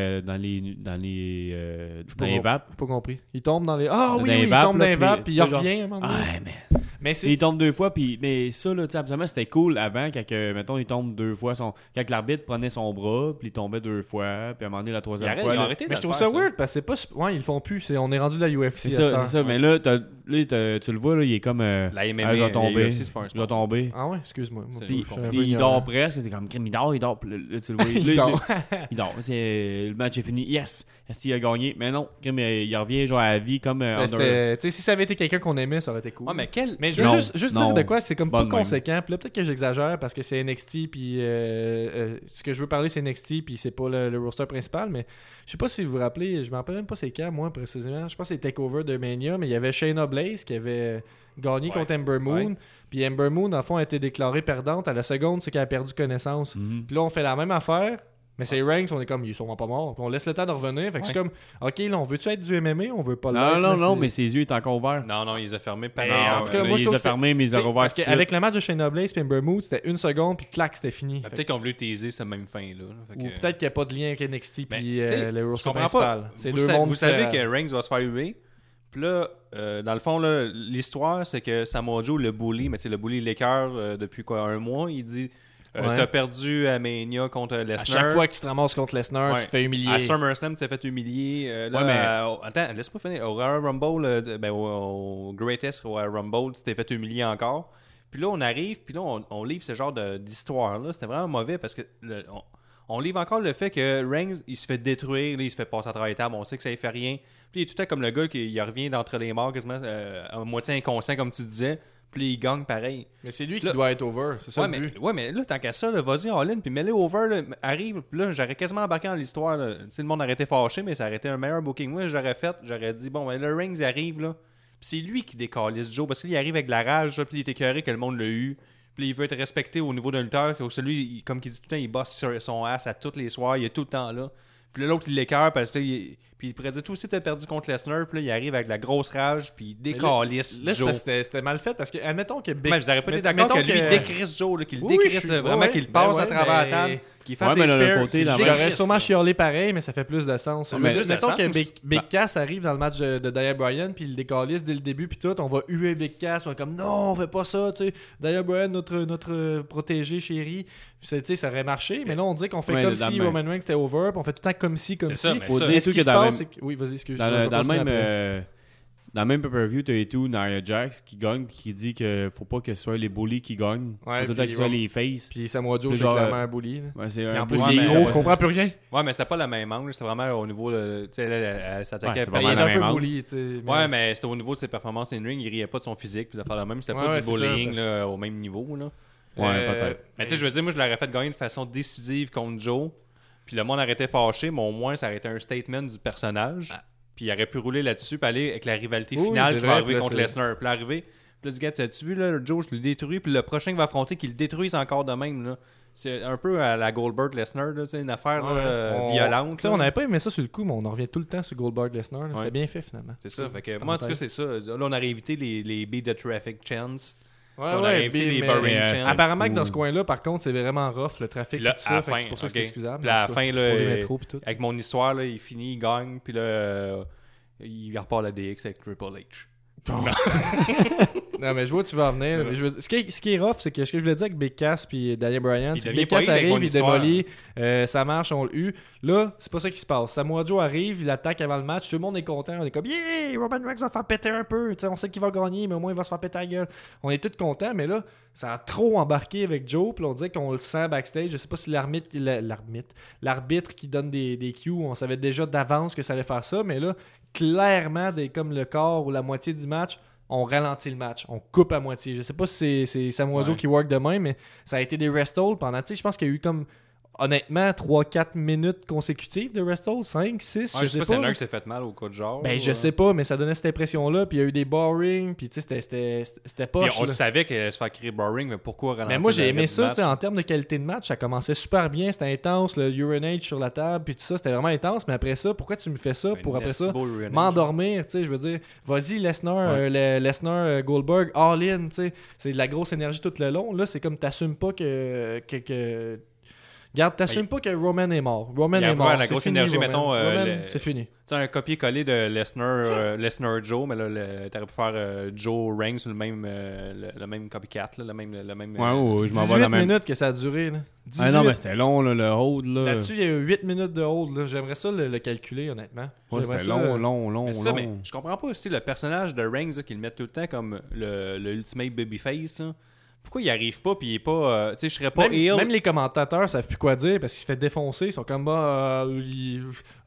dans les vapes. J'ai pas compris. Il tombe dans les. Ah Dans oui, les oui, il vapes, tombe dans là, les vapes, puis il puis genre- revient à un moment donné. Ouais, mais. Mais c'est. Il tombe deux fois, mais ça, là, tu sais, absolument, c'était cool avant, mettons, il tombe deux fois, quand l'arbitre prenait son bras, puis il tombait deux fois, puis à un moment donné, la troisième Ils fois. ont là, arrêté de Mais je le trouve faire, ça weird parce que c'est pas. Ouais, ils le font plus. On est rendu de la UFC. c'est ça, mais là, tu le vois, là, il est comme. La MMA, je vais tomber. la UFC, c'est pas un Je sport. vais tomber. Ah ouais, excuse-moi. Moi, C'est- je suis un peu Puis il ignorant. dort presque, c'est comme, il dort, puis là, tu le vois. Il dort. Il dort. Le match est fini. Yes! Est-ce qu'il a gagné? Mais non, il revient genre à la vie comme Ben, Under. c'était- tu sais, si ça avait été quelqu'un qu'on aimait, ça aurait été cool. Ouais, mais quel. Mais je veux Non, juste non. dire de quoi, c'est comme Bonne pas même. conséquent. Puis là, peut-être que j'exagère parce que c'est NXT, puis ce que je veux parler, c'est NXT, puis c'est pas le roster principal. Mais je sais pas si vous vous rappelez, je me rappelle même pas c'est quand, moi, précisément. Je pense que c'est Takeover de Mania, mais il y avait Shayna Blaze qui avait gagné Ouais. contre Ember Moon. Puis Ember Moon, dans le fond, a été déclarée perdante. À la seconde, c'est qu'elle a perdu connaissance. Mhm. Puis là, on fait la même affaire. Mais c'est Reigns, on est comme, ils sont pas morts. Puis on laisse le temps de revenir. Fait que c'est comme, ok, là, on veut-tu être du MMA? On veut pas Non, l'être. non, là, non, c'est- mais ses yeux étaient encore ouverts. Non, il les a fermés. Ben, pendant- en tout cas, moi, je il trouve les a que c'était- fermés, mais ils les a T'sais, rouverts parce tout de suite. qu'avec le match de Shayna Blaze et Ember Moon, c'était une seconde, puis clac, c'était fini. Ben, Fait peut-être qu'on voulait taiser cette même fin-là. Fait Ou que- peut-être qu'il n'y a pas de lien avec NXT Ben, puis tu sais, le je roster comprends principal. pas. C'est Vous deux sa- mondes Vous savez différents. que Reigns va se faire huer. Puis là, dans le fond, là, l'histoire, c'est que Samoa Joe le bully, mais c'est le bully l'écœur depuis quoi, un mois. Il dit Ouais. t'as perdu à Mania contre À Lesnar. chaque fois que tu te ramasses contre Lesnar, Ouais. tu te fais humilier. À SummerSlam, tu t'es fait humilier. Là, Ouais, mais- attends, laisse-moi finir. Au Royal Rumble, au Greatest Royal Rumble, tu t'es fait humilier encore. Puis là, on arrive, puis là, on livre ce genre d'histoire-là. C'était vraiment mauvais parce que on livre encore le fait que Reigns, il se fait détruire, là, il se fait passer à travers les tables, on sait que ça ne fait rien. Puis il est tout le temps comme le gars qui il revient d'entre les morts, quasiment à moitié inconscient, comme tu disais. Puis il gagne pareil. Mais c'est lui Là- qui doit être over. C'est ça Ouais le mais, but. ouais, mais là, tant qu'à ça, là, vas-y all-in, puis mets-le over, là, arrive, puis là, j'aurais quasiment embarqué dans l'histoire. Là. Tu sais, le monde aurait été fâché, mais ça aurait été un meilleur booking. Moi, j'aurais dit, bon, ben, le Reigns il arrive, là, puis c'est lui qui décalisse Joe, parce qu'il arrive avec de la rage, là, puis il est écœuré que le monde l'a eu, puis il veut être respecté au niveau d'un lutteur, que celui, comme il dit tout le temps, il bosse sur son ass à tous les soirs, il est tout le temps là. Puis là, l'autre, il l'écœure, parce que puis il pourrait dire, toi aussi, t'as perdu contre Lesnar, puis là, il arrive avec de la grosse rage, puis il décalisse Là, Joe. c'était mal fait parce que, admettons que Big. Même, j'aurais pas été Mais- d'accord que mettons lui décrisse Joe, là, qu'il Oui, décrisse je suis- vraiment, ouais, qu'il ben passe ouais, à travers mais- la table, qu'il fasse Ouais, des mais d'un autre spears, côté, qu'il la- J'aurais décrisse. sûrement chiolé pareil, mais ça fait plus de sens. Je veux mais dire, plus de mettons que sens. Big Cass arrive dans le match de Daniel Bryan, puis il le décalisse dès le début, puis tout, on va huer Big Cass, on va comme non, on fait pas ça, tu sais. Daniel Bryan, notre protégé chéri, tu sais, ça aurait marché, mais là on dit qu'on fait Ouais, comme dans si le même- Roman Reigns était over, puis on fait tout le temps comme si, comme C'est si. ça, mais Faut ça- dire Mais ce tout qui que se dans le passe, même- c'est que... Oui, vas-y, excuse. Dans je le vais continuer même après. dans le même pay-per-view, t'as et tout Nia Jax qui gagne, qui dit que faut pas que ce soit les bullies qui gagnent. Ouais, faut tout le temps que puis ce soit Rom- les faces. Puis Samoa Joe, Puis c'est genre, clairement un bully. là. Ouais, c'est Puis un en plus, bully, il est mais- gros, je comprends plus rien. Ouais, mais c'était pas la même angle, c'était vraiment au niveau de. Tu sais, elle s'attaquait Ouais, à c'est Ben, il vraiment est la un même peu angle. bully, tu sais. Ouais, mais c'était au niveau de ses performances in ring, il riait pas de son physique, puis ça fait la même, c'était Ouais, pas ouais, du c'est ça, bullying parce- là, au même niveau. Là. Ouais, peut-être. Mais tu sais, je veux dire, moi, je l'aurais fait gagner de façon décisive contre Joe, puis le monde aurait été fâché, mais au moins, ça aurait été un statement du personnage. Puis il aurait pu rouler là-dessus, puis aller avec la rivalité Oui, finale c'est qui va vrai, arriver puis là, contre c'est- Lesnar. Puis arriver. Puis là, t'as-tu vu, là, Joe, je le détruis, puis le prochain qui va affronter, qu'il le détruise encore de même, là. C'est un peu à la Goldberg-Lesnar, là, une affaire violente. On n'avait pas aimé ça sur le coup, mais on en revient tout le temps sur Goldberg-Lesnar. C'est bien fait, finalement. C'est ça. Fait que moi, en tout cas, c'est ça. Là, on aurait évité les Beat the Traffic Chance. On aurait évité les Burying Chance. Apparemment fou. que dans ce coin-là, par contre, c'est vraiment rough, le trafic et tout ça. C'est pour ça que c'est excusable. Puis à la fin, là, pour les métros, puis tout. avec mon histoire, là, il finit, il gagne, puis là, il repart la DX avec Triple H. Non, mais je vois où tu vas en venir. Mais ce qui est rough, c'est que ce que je voulais dire avec Big Cass puis Daniel Bryan, c'est que Big Cass arrive, il démolit, ça marche, on l'a eu. Là, c'est pas ça qui se passe. Samoa Joe arrive, il attaque avant le match, tout le monde est content, on est comme yeah, Roman Reigns va se faire péter un peu. T'sais, on sait qu'il va gagner, mais au moins il va se faire péter la gueule. On est tous contents, mais là, ça a trop embarqué avec Joe, puis on dit qu'on le sent backstage. Je sais pas si l'arbitre qui donne des cues, on savait déjà d'avance que ça allait faire ça, mais là, clairement, comme le quart ou la moitié du match, on ralentit le match, on coupe à moitié. Je sais pas si c'est Samoa Joe qui work demain, mais ça a été des rest holds pendant, tu sais, je pense qu'il y a eu comme, honnêtement, 3-4 minutes consécutives de rest holds, 5, 6, je sais pas si c'est un qui s'est fait mal au coup de genre. Ben, je sais pas, mais ça donnait cette impression-là, puis il y a eu des boring, puis tu sais, c'était poche. Puis on le savait qu'elle allait se faire créer boring, mais pourquoi ralentir? Mais moi, j'ai aimé ça, tu sais, en termes de qualité de match, ça commençait super bien, c'était intense, le urinage sur la table, puis tout ça, c'était vraiment intense, mais après ça, pourquoi tu me fais ça pour après ça m'endormir, tu sais, je veux dire, vas-y, Lesnar, Goldberg, all in, tu sais, c'est de la grosse énergie tout le long, là, c'est comme t'assumes pas que regarde, t'assumes pas que Roman est mort. Roman est mort. La grosse énergie, mettons. C'est fini. Tu sais, un copier-coller de Lesnar Joe, mais là, t'aurais pu faire Joe Reigns sur le même copycat, là, le même. Ouais, je m'en vais 18 la même. minutes que ça a duré. Là. 18. Ah non, mais c'était long, là, le hold. Là-dessus, il y a eu 8 minutes de hold. Là. J'aimerais ça le calculer, honnêtement. Ouais, c'était long. Mais je comprends pas aussi le personnage de Reigns là, qu'ils le mettent tout le temps comme le Ultimate Babyface. Là. Pourquoi il arrive pas puis il est pas tu sais je serais pas heel. Même les commentateurs savent plus quoi dire parce qu'il se fait défoncer, ils sont comme il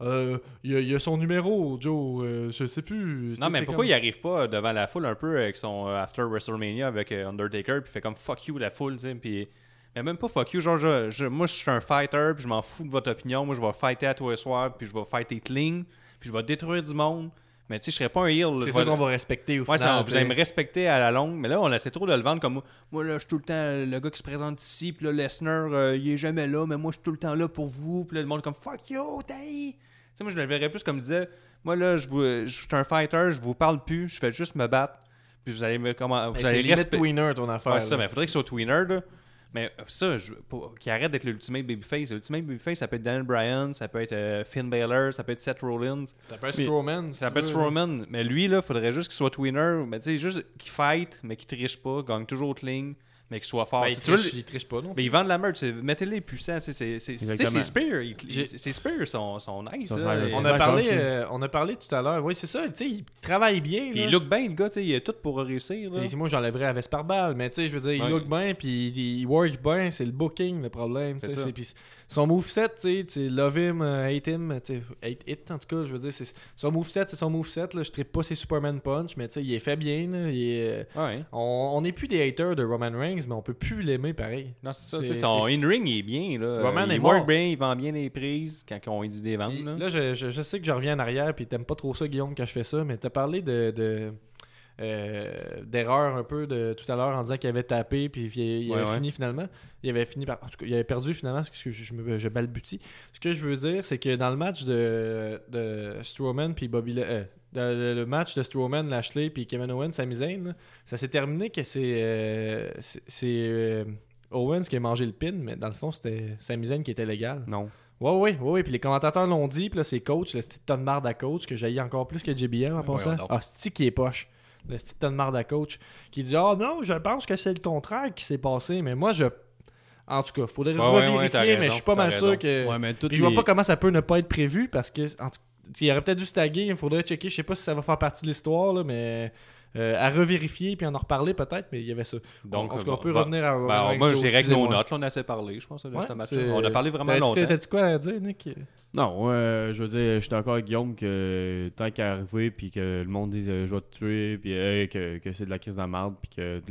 a son numéro Joe, je sais plus. Non mais pourquoi il arrive pas devant la foule un peu avec son after WrestleMania avec Undertaker puis fait comme fuck you la foule, tu sais, puis mais même pas fuck you, genre moi je suis un fighter puis je m'en fous de votre opinion, moi je vais fighter à tous les soirs puis je vais fighter clean puis je vais détruire du monde. Mais tu sais, je serais pas un heel. C'est ça qu'on va respecter au final. Vous allez me respecter à la longue, mais là, on essaie trop de le vendre comme moi, là, je suis tout le temps le gars qui se présente ici, puis là, Lesnar, il est jamais là, mais moi, je suis tout le temps là pour vous, puis là, le monde est comme fuck you, t'as. Tu sais, moi, je le verrais plus comme disait, moi, là, je suis un fighter, je vous parle plus, je fais juste me battre, puis vous allez me comment. Vous allez respecter. C'est tweener ton affaire. Ouais, ça, mais il faudrait qu'il soit tweener, là. Mais ça, qu'il arrête d'être l'Ultimate Babyface. L'Ultimate Babyface, ça peut être Daniel Bryan, ça peut être Finn Balor, ça peut être Seth Rollins. Ça peut être Strowman. Ça peut être Strowman. Mais lui, là, faudrait juste qu'il soit tweener. Mais tu sais, juste qu'il fight, mais qu'il triche pas, gagne toujours de ligne, mais qu'il soit fort. Ben, il triche pas, non? Mais ils vendent la merch. Mettez-les puissants. C'est Spear. Ces Spears sont nice. On a parlé tout à l'heure. Oui, c'est ça. Tu sais, il travaille bien. Puis il look bien, le gars. Il a tout pour réussir. Là. Moi, j'enlèverais à Vesparbal. Mais tu sais, je veux dire, il look bien. Puis il work bien. C'est le booking, le problème. C'est ça. Puis son moveset, tu sais, love him, hate him. Hate it, en tout cas. Je veux dire, son moveset, c'est son moveset. Là. Je trippe pas ses Superman Punch. Mais tu sais, il est fait bien. Là. On n'est plus des haters de Roman Reigns, mais on peut plus l'aimer pareil. Non, c'est ça. Son in-ring, il est bien. Là. Roman il work bien, il vend bien les prises quand on dit des ventes. Là, je sais que je reviens en arrière, puis t'aimes pas trop ça, Guillaume, quand je fais ça, mais t'as parlé d'erreur un peu de tout à l'heure en disant qu'il avait tapé, puis il avait fini finalement. Il avait fini par. En tout cas, il avait perdu finalement, parce que je balbutie. Ce que je veux dire, c'est que dans le match de Strowman puis Bobby. Le match de Strowman, Lashley puis Kevin Owens, Sami Zayn, là, ça s'est terminé que c'est Owens qui a mangé le pin, mais dans le fond, c'était Sami Zayn qui était légal. Non. Oui. Puis les commentateurs l'ont dit, puis là, c'est coach, le style tonne marde à coach, que j'haïs encore plus que JBL en passant. C'est qui est poche. Le style tonne marde à coach, qui dit non, je pense que c'est le contraire qui s'est passé, mais moi, en tout cas, faudrait revérifier, mais je suis pas mal sûr que. Ouais, mais je vois pas comment ça peut ne pas être prévu, parce que il aurait peut-être dû se taguer, il faudrait checker, je sais pas si ça va faire partie de l'histoire, là, mais à revérifier puis en reparler peut-être, mais il y avait ça. Donc, on peut revenir à moi, j'ai réglé nos notes, là, on a assez parlé, je pense, de ce match. On a parlé vraiment longtemps. T'as-tu quoi à dire, Nick? Non, je veux dire, je suis d'accord avec Guillaume que tant qu'à arriver puis que le monde dise je vais te tuer puis que c'est de la crise de la merde puis que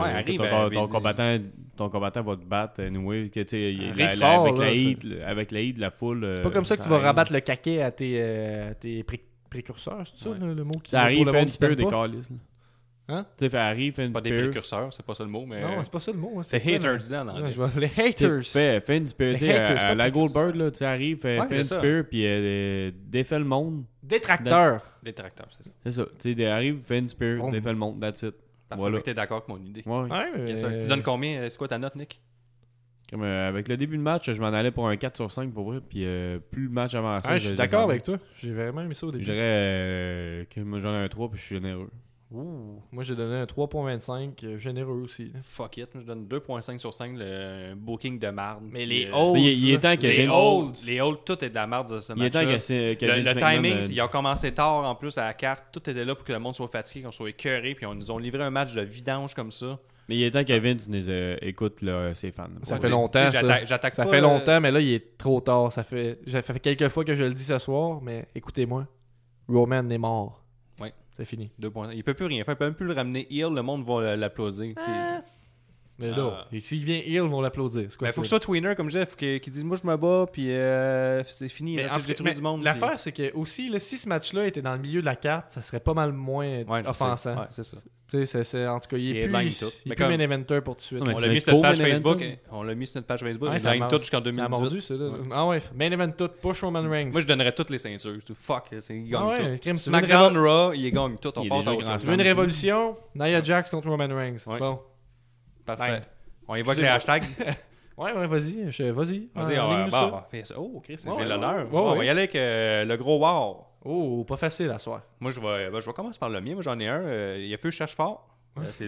ton combattant va te battre anyway, que tu sais avec la hit de la foule. C'est pas comme ça que tu vas rabattre le caquet à tes précurseurs, c'est ça le mot qui ça arrive un petit peu des calices. Hein? Tu sais, arrive, fait une Pas des spear. précurseurs, c'est pas ça le mot, mais. Non, c'est pas ça le mot. Hein, c'est quoi, haters, là? là, en Ouais, anglais. je vois les Tu sais, haters. Fais une spear. Les Tu sais, haters, à pas la précurseurs. Goldberg, là, tu sais, arrive, Ouais, fait c'est une ça. spear, puis défait le monde. Détracteur. Des tracteurs, c'est ça. C'est ça. Tu sais, arrive, fait une spear, Bon. défait le monde, that's it. Parfait, Voilà. fait que t'es d'accord avec mon idée. Ouais. Ouais, mais... Bien sûr. Tu donnes combien? C'est quoi ta note, Nick? Comme, avec le début de match, je m'en allais pour un 4 sur 5 pour vrai. Puis plus le match avançait, Ouais, je suis d'accord avec toi. J'ai vraiment aimé ça au Je début. dirais que moi j'en ai un 3 puis je suis généreux. Ouh. Moi, j'ai donné un 3.25, généreux aussi. là. Fuck it. Je donne 2.5 sur 5, le booking de marde. Mais Puis, les olds, Il est temps que Les Vince. olds, les olds, tout est de la merde de ce Il est temps match-là. que Le Vince McMahon, timing, il a commencé tard en plus à la carte. Tout était là pour que le monde soit fatigué, qu'on soit écœuré. Puis on nous ont livré un match de vidange comme ça. Mais il est temps que Vince écoute là, ses fans. Ça Ouais, fait tu- longtemps, tu sais, ça. J'attaque Ça pas, fait longtemps, mais là, il est trop tard. Ça fait quelques fois que je le dis ce soir, mais écoutez-moi. Roman est mort. Ouais. C'est fini. 2 points. Il peut plus rien faire. Il peut même plus le ramener heel. Le monde va l'applaudir. Mais là, et s'il vient heel, ils vont l'applaudir. C'est quoi Il ça? faut que ce soit tweener comme Jeff qui dise moi je me bats puis c'est fini. Mais là, en tu sais, tout j'ai cas, trouvé mais du monde. l'affaire, c'est que aussi, là, si ce match-là était dans le milieu de la carte, ça serait pas mal moins puis- Ouais, je sais. offensant. Ouais, c'est ça. Tu sais, en tout cas, il Il est headline plus, tout. il Mais est plus comme- main eventer pour tout de suite. Non, mais On tu l'a mets mis sur notre faux page main Facebook. event, On l'a mis sur notre page Facebook. Ouais, Il ça gagne a tout jusqu'en Ça a 2018. mordu, ça. Là. Ouais. Ah ouais, main event tout, push Roman Reigns. Moi je donnerais toutes les ceintures. Fuck, il gagne Ah ouais, tout. crime, tu veux une SmackDown, Raw, il gagne tout. On Il est passe déjà à autre grand chose. Tu veux une révolution? Nia Jax contre Roman Reigns. Ouais. Bon. Parfait. Bang. On y va avec les hashtags. Ouais, vas-y. Vas-y. Vas-y, enligne-nous ça. on va faire ça. Oh, Chris, Ouais, j'ai ouais, l'honneur. ouais, On va ouais. y aller avec le gros wow. Oh, pas facile à soir. Moi, je vais commencer par le mien. Moi, j'en ai un. Il y a Feu cherche fort. C'est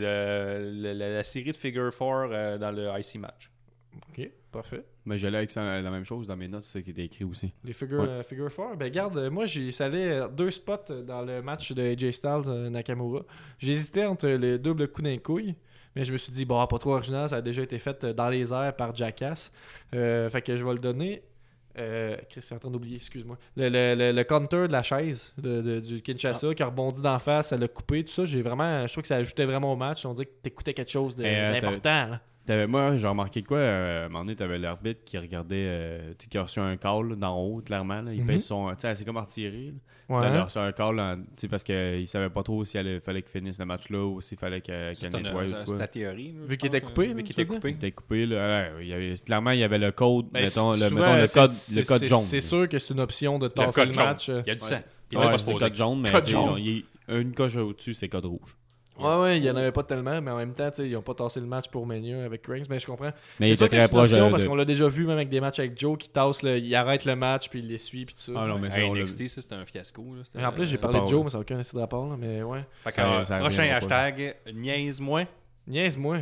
la série de Figure 4 dans le IC match. Ok, parfait. Mais j'allais avec ça, la même chose dans mes notes, c'est ce qui était écrit aussi. Les figure 4. Ben, garde, moi, j'ai salé 2 spots dans le match de AJ Styles Nakamura. J'hésitais entre le double coup d'un couille. Mais je me suis dit, bon, pas trop original, ça a déjà été fait dans les airs par Jackass. Fait que je vais le donner. Chris, c'est en train d'oublier, excuse-moi. Le counter de la chaise du Kinshasa qui a rebondi d'en face, ça l'a coupé, tout ça. Je trouve que ça ajoutait vraiment au match. On dirait que t'écoutais quelque chose d'important. Là. Moi, j'ai remarqué de quoi, à un moment donné, t'avais l'arbitre qui regardait, tu sais, qui a reçu un call là, d'en haut, clairement. Là. Il pèse son. Tu sais, c'est comme retiré. Ouais. Là, il a reçu un call, tu sais, parce qu'il savait pas trop s'il fallait qu'il finisse le match-là ou s'il fallait qu'elle nettoie ou C'est quoi. la théorie. là, Vu je qu'il était pense, coupé, Vu là, qu'il tu était veux coupé. Il était coupé, là. Clairement, il y avait le code, Ben, mettons, souvent, le code jaune. C'est sûr que c'est une option de Le tasser code le jaune. match. Il y a du sang. Il Ouais, était pas c'est supposé. code jaune, mais Code tu sais, jaune. genre, il y a une coche au-dessus, c'est code rouge. Ouais, il y en avait pas tellement, mais en même temps, tu sais, ils ont pas tassé le match pour Mania avec Reigns, mais je comprends. Mais il C'est sûr était que très c'est une proche option de... parce qu'on l'a déjà vu même avec des matchs avec Joe qui tasse, il arrête le match puis il les suit puis tout ça. Ah non, mais ça, Hey, on l'a NXT, ça, c'était un fiasco. Là. C'était- Et en plus, j'ai c'est parlé pas de Joe, vrai. mais ça n'a aucun de rapport, là, mais ouais. Fait que, Ça prochain reviendra pas. hashtag, niaise-moi. Niaise-moi.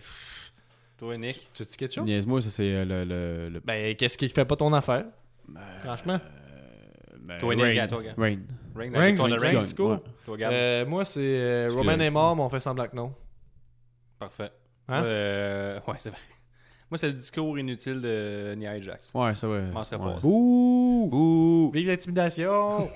Toi, Nick. Tu dis quelque chose? Niaise-moi, ça c'est le... Ben, qu'est-ce qui fait pas ton affaire? Franchement. Toi, Nick, à toi, gars. Rain. Reigns, Reigns, toi, le Reigns, Reigns. c'est cool. Ouais. Toi, Gab. Moi, c'est Roman Excusez. est mort, mais on fait semblant que non. Parfait. Hein? Ouais, c'est vrai. Moi, c'est le discours inutile de Nia Jax. Ouais, ça ouais. Je m'en serais Ouais. passé. Ouh! Vive l'intimidation!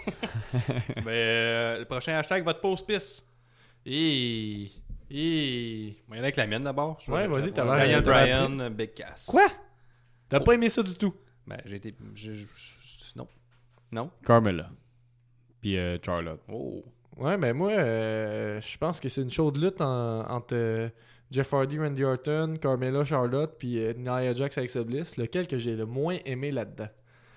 Mais le prochain hashtag, votre pause pisse. Et... On va y aller avec la mienne d'abord. Ouais, vas-y, t'as l'air- Daniel t'as l'air Bryan, Big Cass. Quoi? T'as pas aimé ça du tout? Ben, j'ai été. Non. Non. Carmella. Puis Charlotte. Oh. Ouais, ben moi, je pense que c'est une chaude lutte entre Jeff Hardy, Randy Orton, Carmella, Charlotte, puis Nia Jax, Alexa Bliss. Lequel que j'ai le moins aimé là-dedans?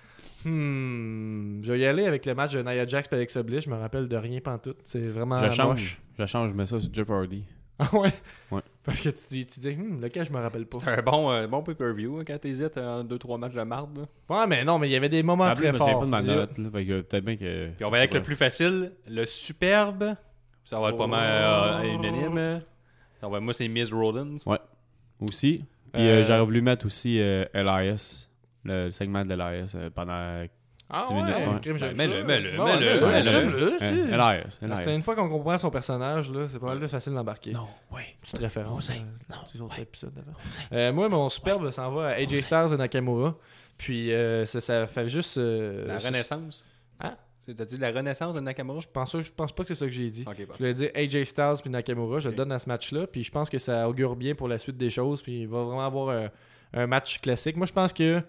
Je vais y aller avec le match de Nia Jax et Alexa Bliss. Je me rappelle de rien pantoute. C'est vraiment moche. Je mets ça sur Jeff Hardy. Ah ouais? Ouais. Parce que tu dis, lequel je me rappelle pas. C'est un bon pay-per-view hein, quand t'hésites en 2-3 matchs de marde. là. Ouais, mais non, mais il y avait des moments En plus, je très me souviens forts. pas de ma Là- note. Là, fait que peut-être bien que... Puis on va aller avec le plus facile, le superbe. Ça va être pas mal unanime. Moi, c'est Miz Rodens. Ouais. Aussi. Puis j'aurais voulu mettre aussi Elias. Le segment de l'Elias pendant... Ah 10 ouais, minutes, ouais. crime, j'aime Ben, ça. mets-le. Elias. C'est une fois qu'on comprend son personnage, là, c'est pas mal plus facile d'embarquer. Non, ouais. Petite référence. Non, aux autres épisodes d'avant. Moi, mon superbe s'en va à AJ Styles et Nakamura. Puis ça fait juste. La renaissance. Hein? T'as dit la renaissance de Nakamura? Je pense pas que c'est ça que j'ai dit. Ok, Je parfait. voulais dire AJ Styles puis Nakamura. Je Ok. le donne à ce match-là. Puis je pense que ça augure bien pour la suite des choses. Puis il va vraiment avoir un match classique. Moi, je pense que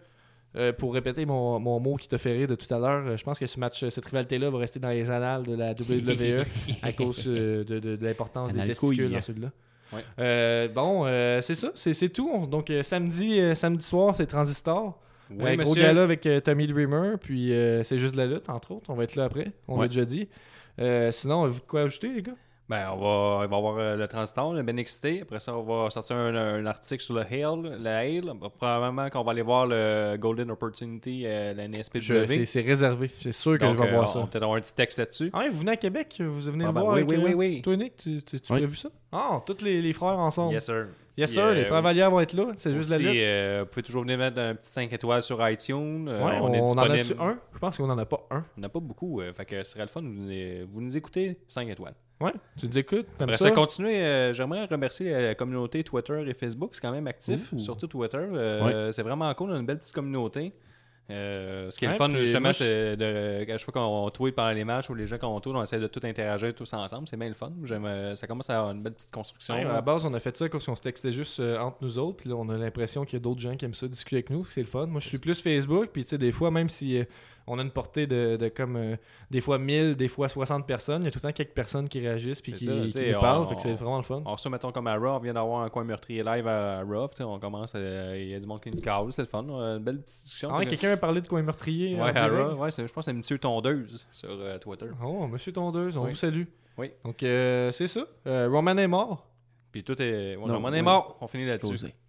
Pour répéter mon mot qui t'a fait rire de tout à l'heure, je pense que cette rivalité-là va rester dans les annales de la WWE à cause de l'importance des testicules dans celui-là. Ouais. C'est ça, c'est tout. Donc samedi soir, c'est Transistor. Oui, Gros monsieur. gala avec Tommy Dreamer, puis c'est juste de la lutte, entre autres. On va être là après, on l'a déjà dit. Sinon, avez-vous de quoi ajouter, les gars? Ben, il va y avoir le Transistor, le BNXT. Après ça, on va sortir un article sur le Hale. Probablement qu'on va aller voir le Golden Opportunity, la NSPW. C'est réservé. C'est sûr que Donc, je vais voir on ça. va peut-être avoir un petit texte là-dessus. Ah ouais, vous venez à Québec, vous venez le ben, voir oui, avec, oui. Toi, Nick, tu as vu ça? Ah, tous les frères ensemble. Yes, sir. Yes, sir, les frères Vallière vont être là. C'est juste la Aussi, lutte. vous pouvez toujours venir mettre un petit 5 étoiles sur iTunes. Ouais, on est on en a-tu disponible. un? Je pense qu'on n'en a pas un. On n'a pas beaucoup. Fait que ce serait le fun. Vous nous écoutez 5 étoiles. Ouais, tu nous écoutes, comme Après ça. ça, continuer. J'aimerais remercier la communauté Twitter et Facebook. C'est quand même actif, surtout Twitter. C'est vraiment cool. On a une belle petite communauté. Ce qui est le fun, puis justement, moi, c'est à chaque fois qu'on tweet pendant les matchs ou les gens qu'on tweet, on essaie de tout interagir tous ensemble. C'est bien le fun. Ça commence à avoir une belle petite construction. Ouais, à la base, on a fait ça parce qu'on se textait juste entre nous autres. Puis là, on a l'impression qu'il y a d'autres gens qui aiment ça discuter avec nous. C'est le fun. Moi, je suis plus Facebook. Puis tu sais, des fois, même si on a une portée de comme des fois 1000, des fois 60 personnes, il y a tout le temps quelques personnes qui réagissent puis C'est qui ça, nous t'sais, parlent. Fait que c'est vraiment le fun. Alors ça, mettons comme à Raw, on vient d'avoir un coin meurtrier live à Raw. On commence, il y a du monde qui nous cale. C'est le fun. On a une belle petite discussion. Ah, quelqu'un a parlé de coin meurtrier. Ouais, en à direct? Raw. Ouais, je pense que c'est Monsieur Tondeuse sur Twitter. Oh, Monsieur Tondeuse, on Oui. vous salue. Oui. Donc, c'est ça. Roman est mort. Puis tout est. Non, on est oui. mort. On finit là-dessus. Posé.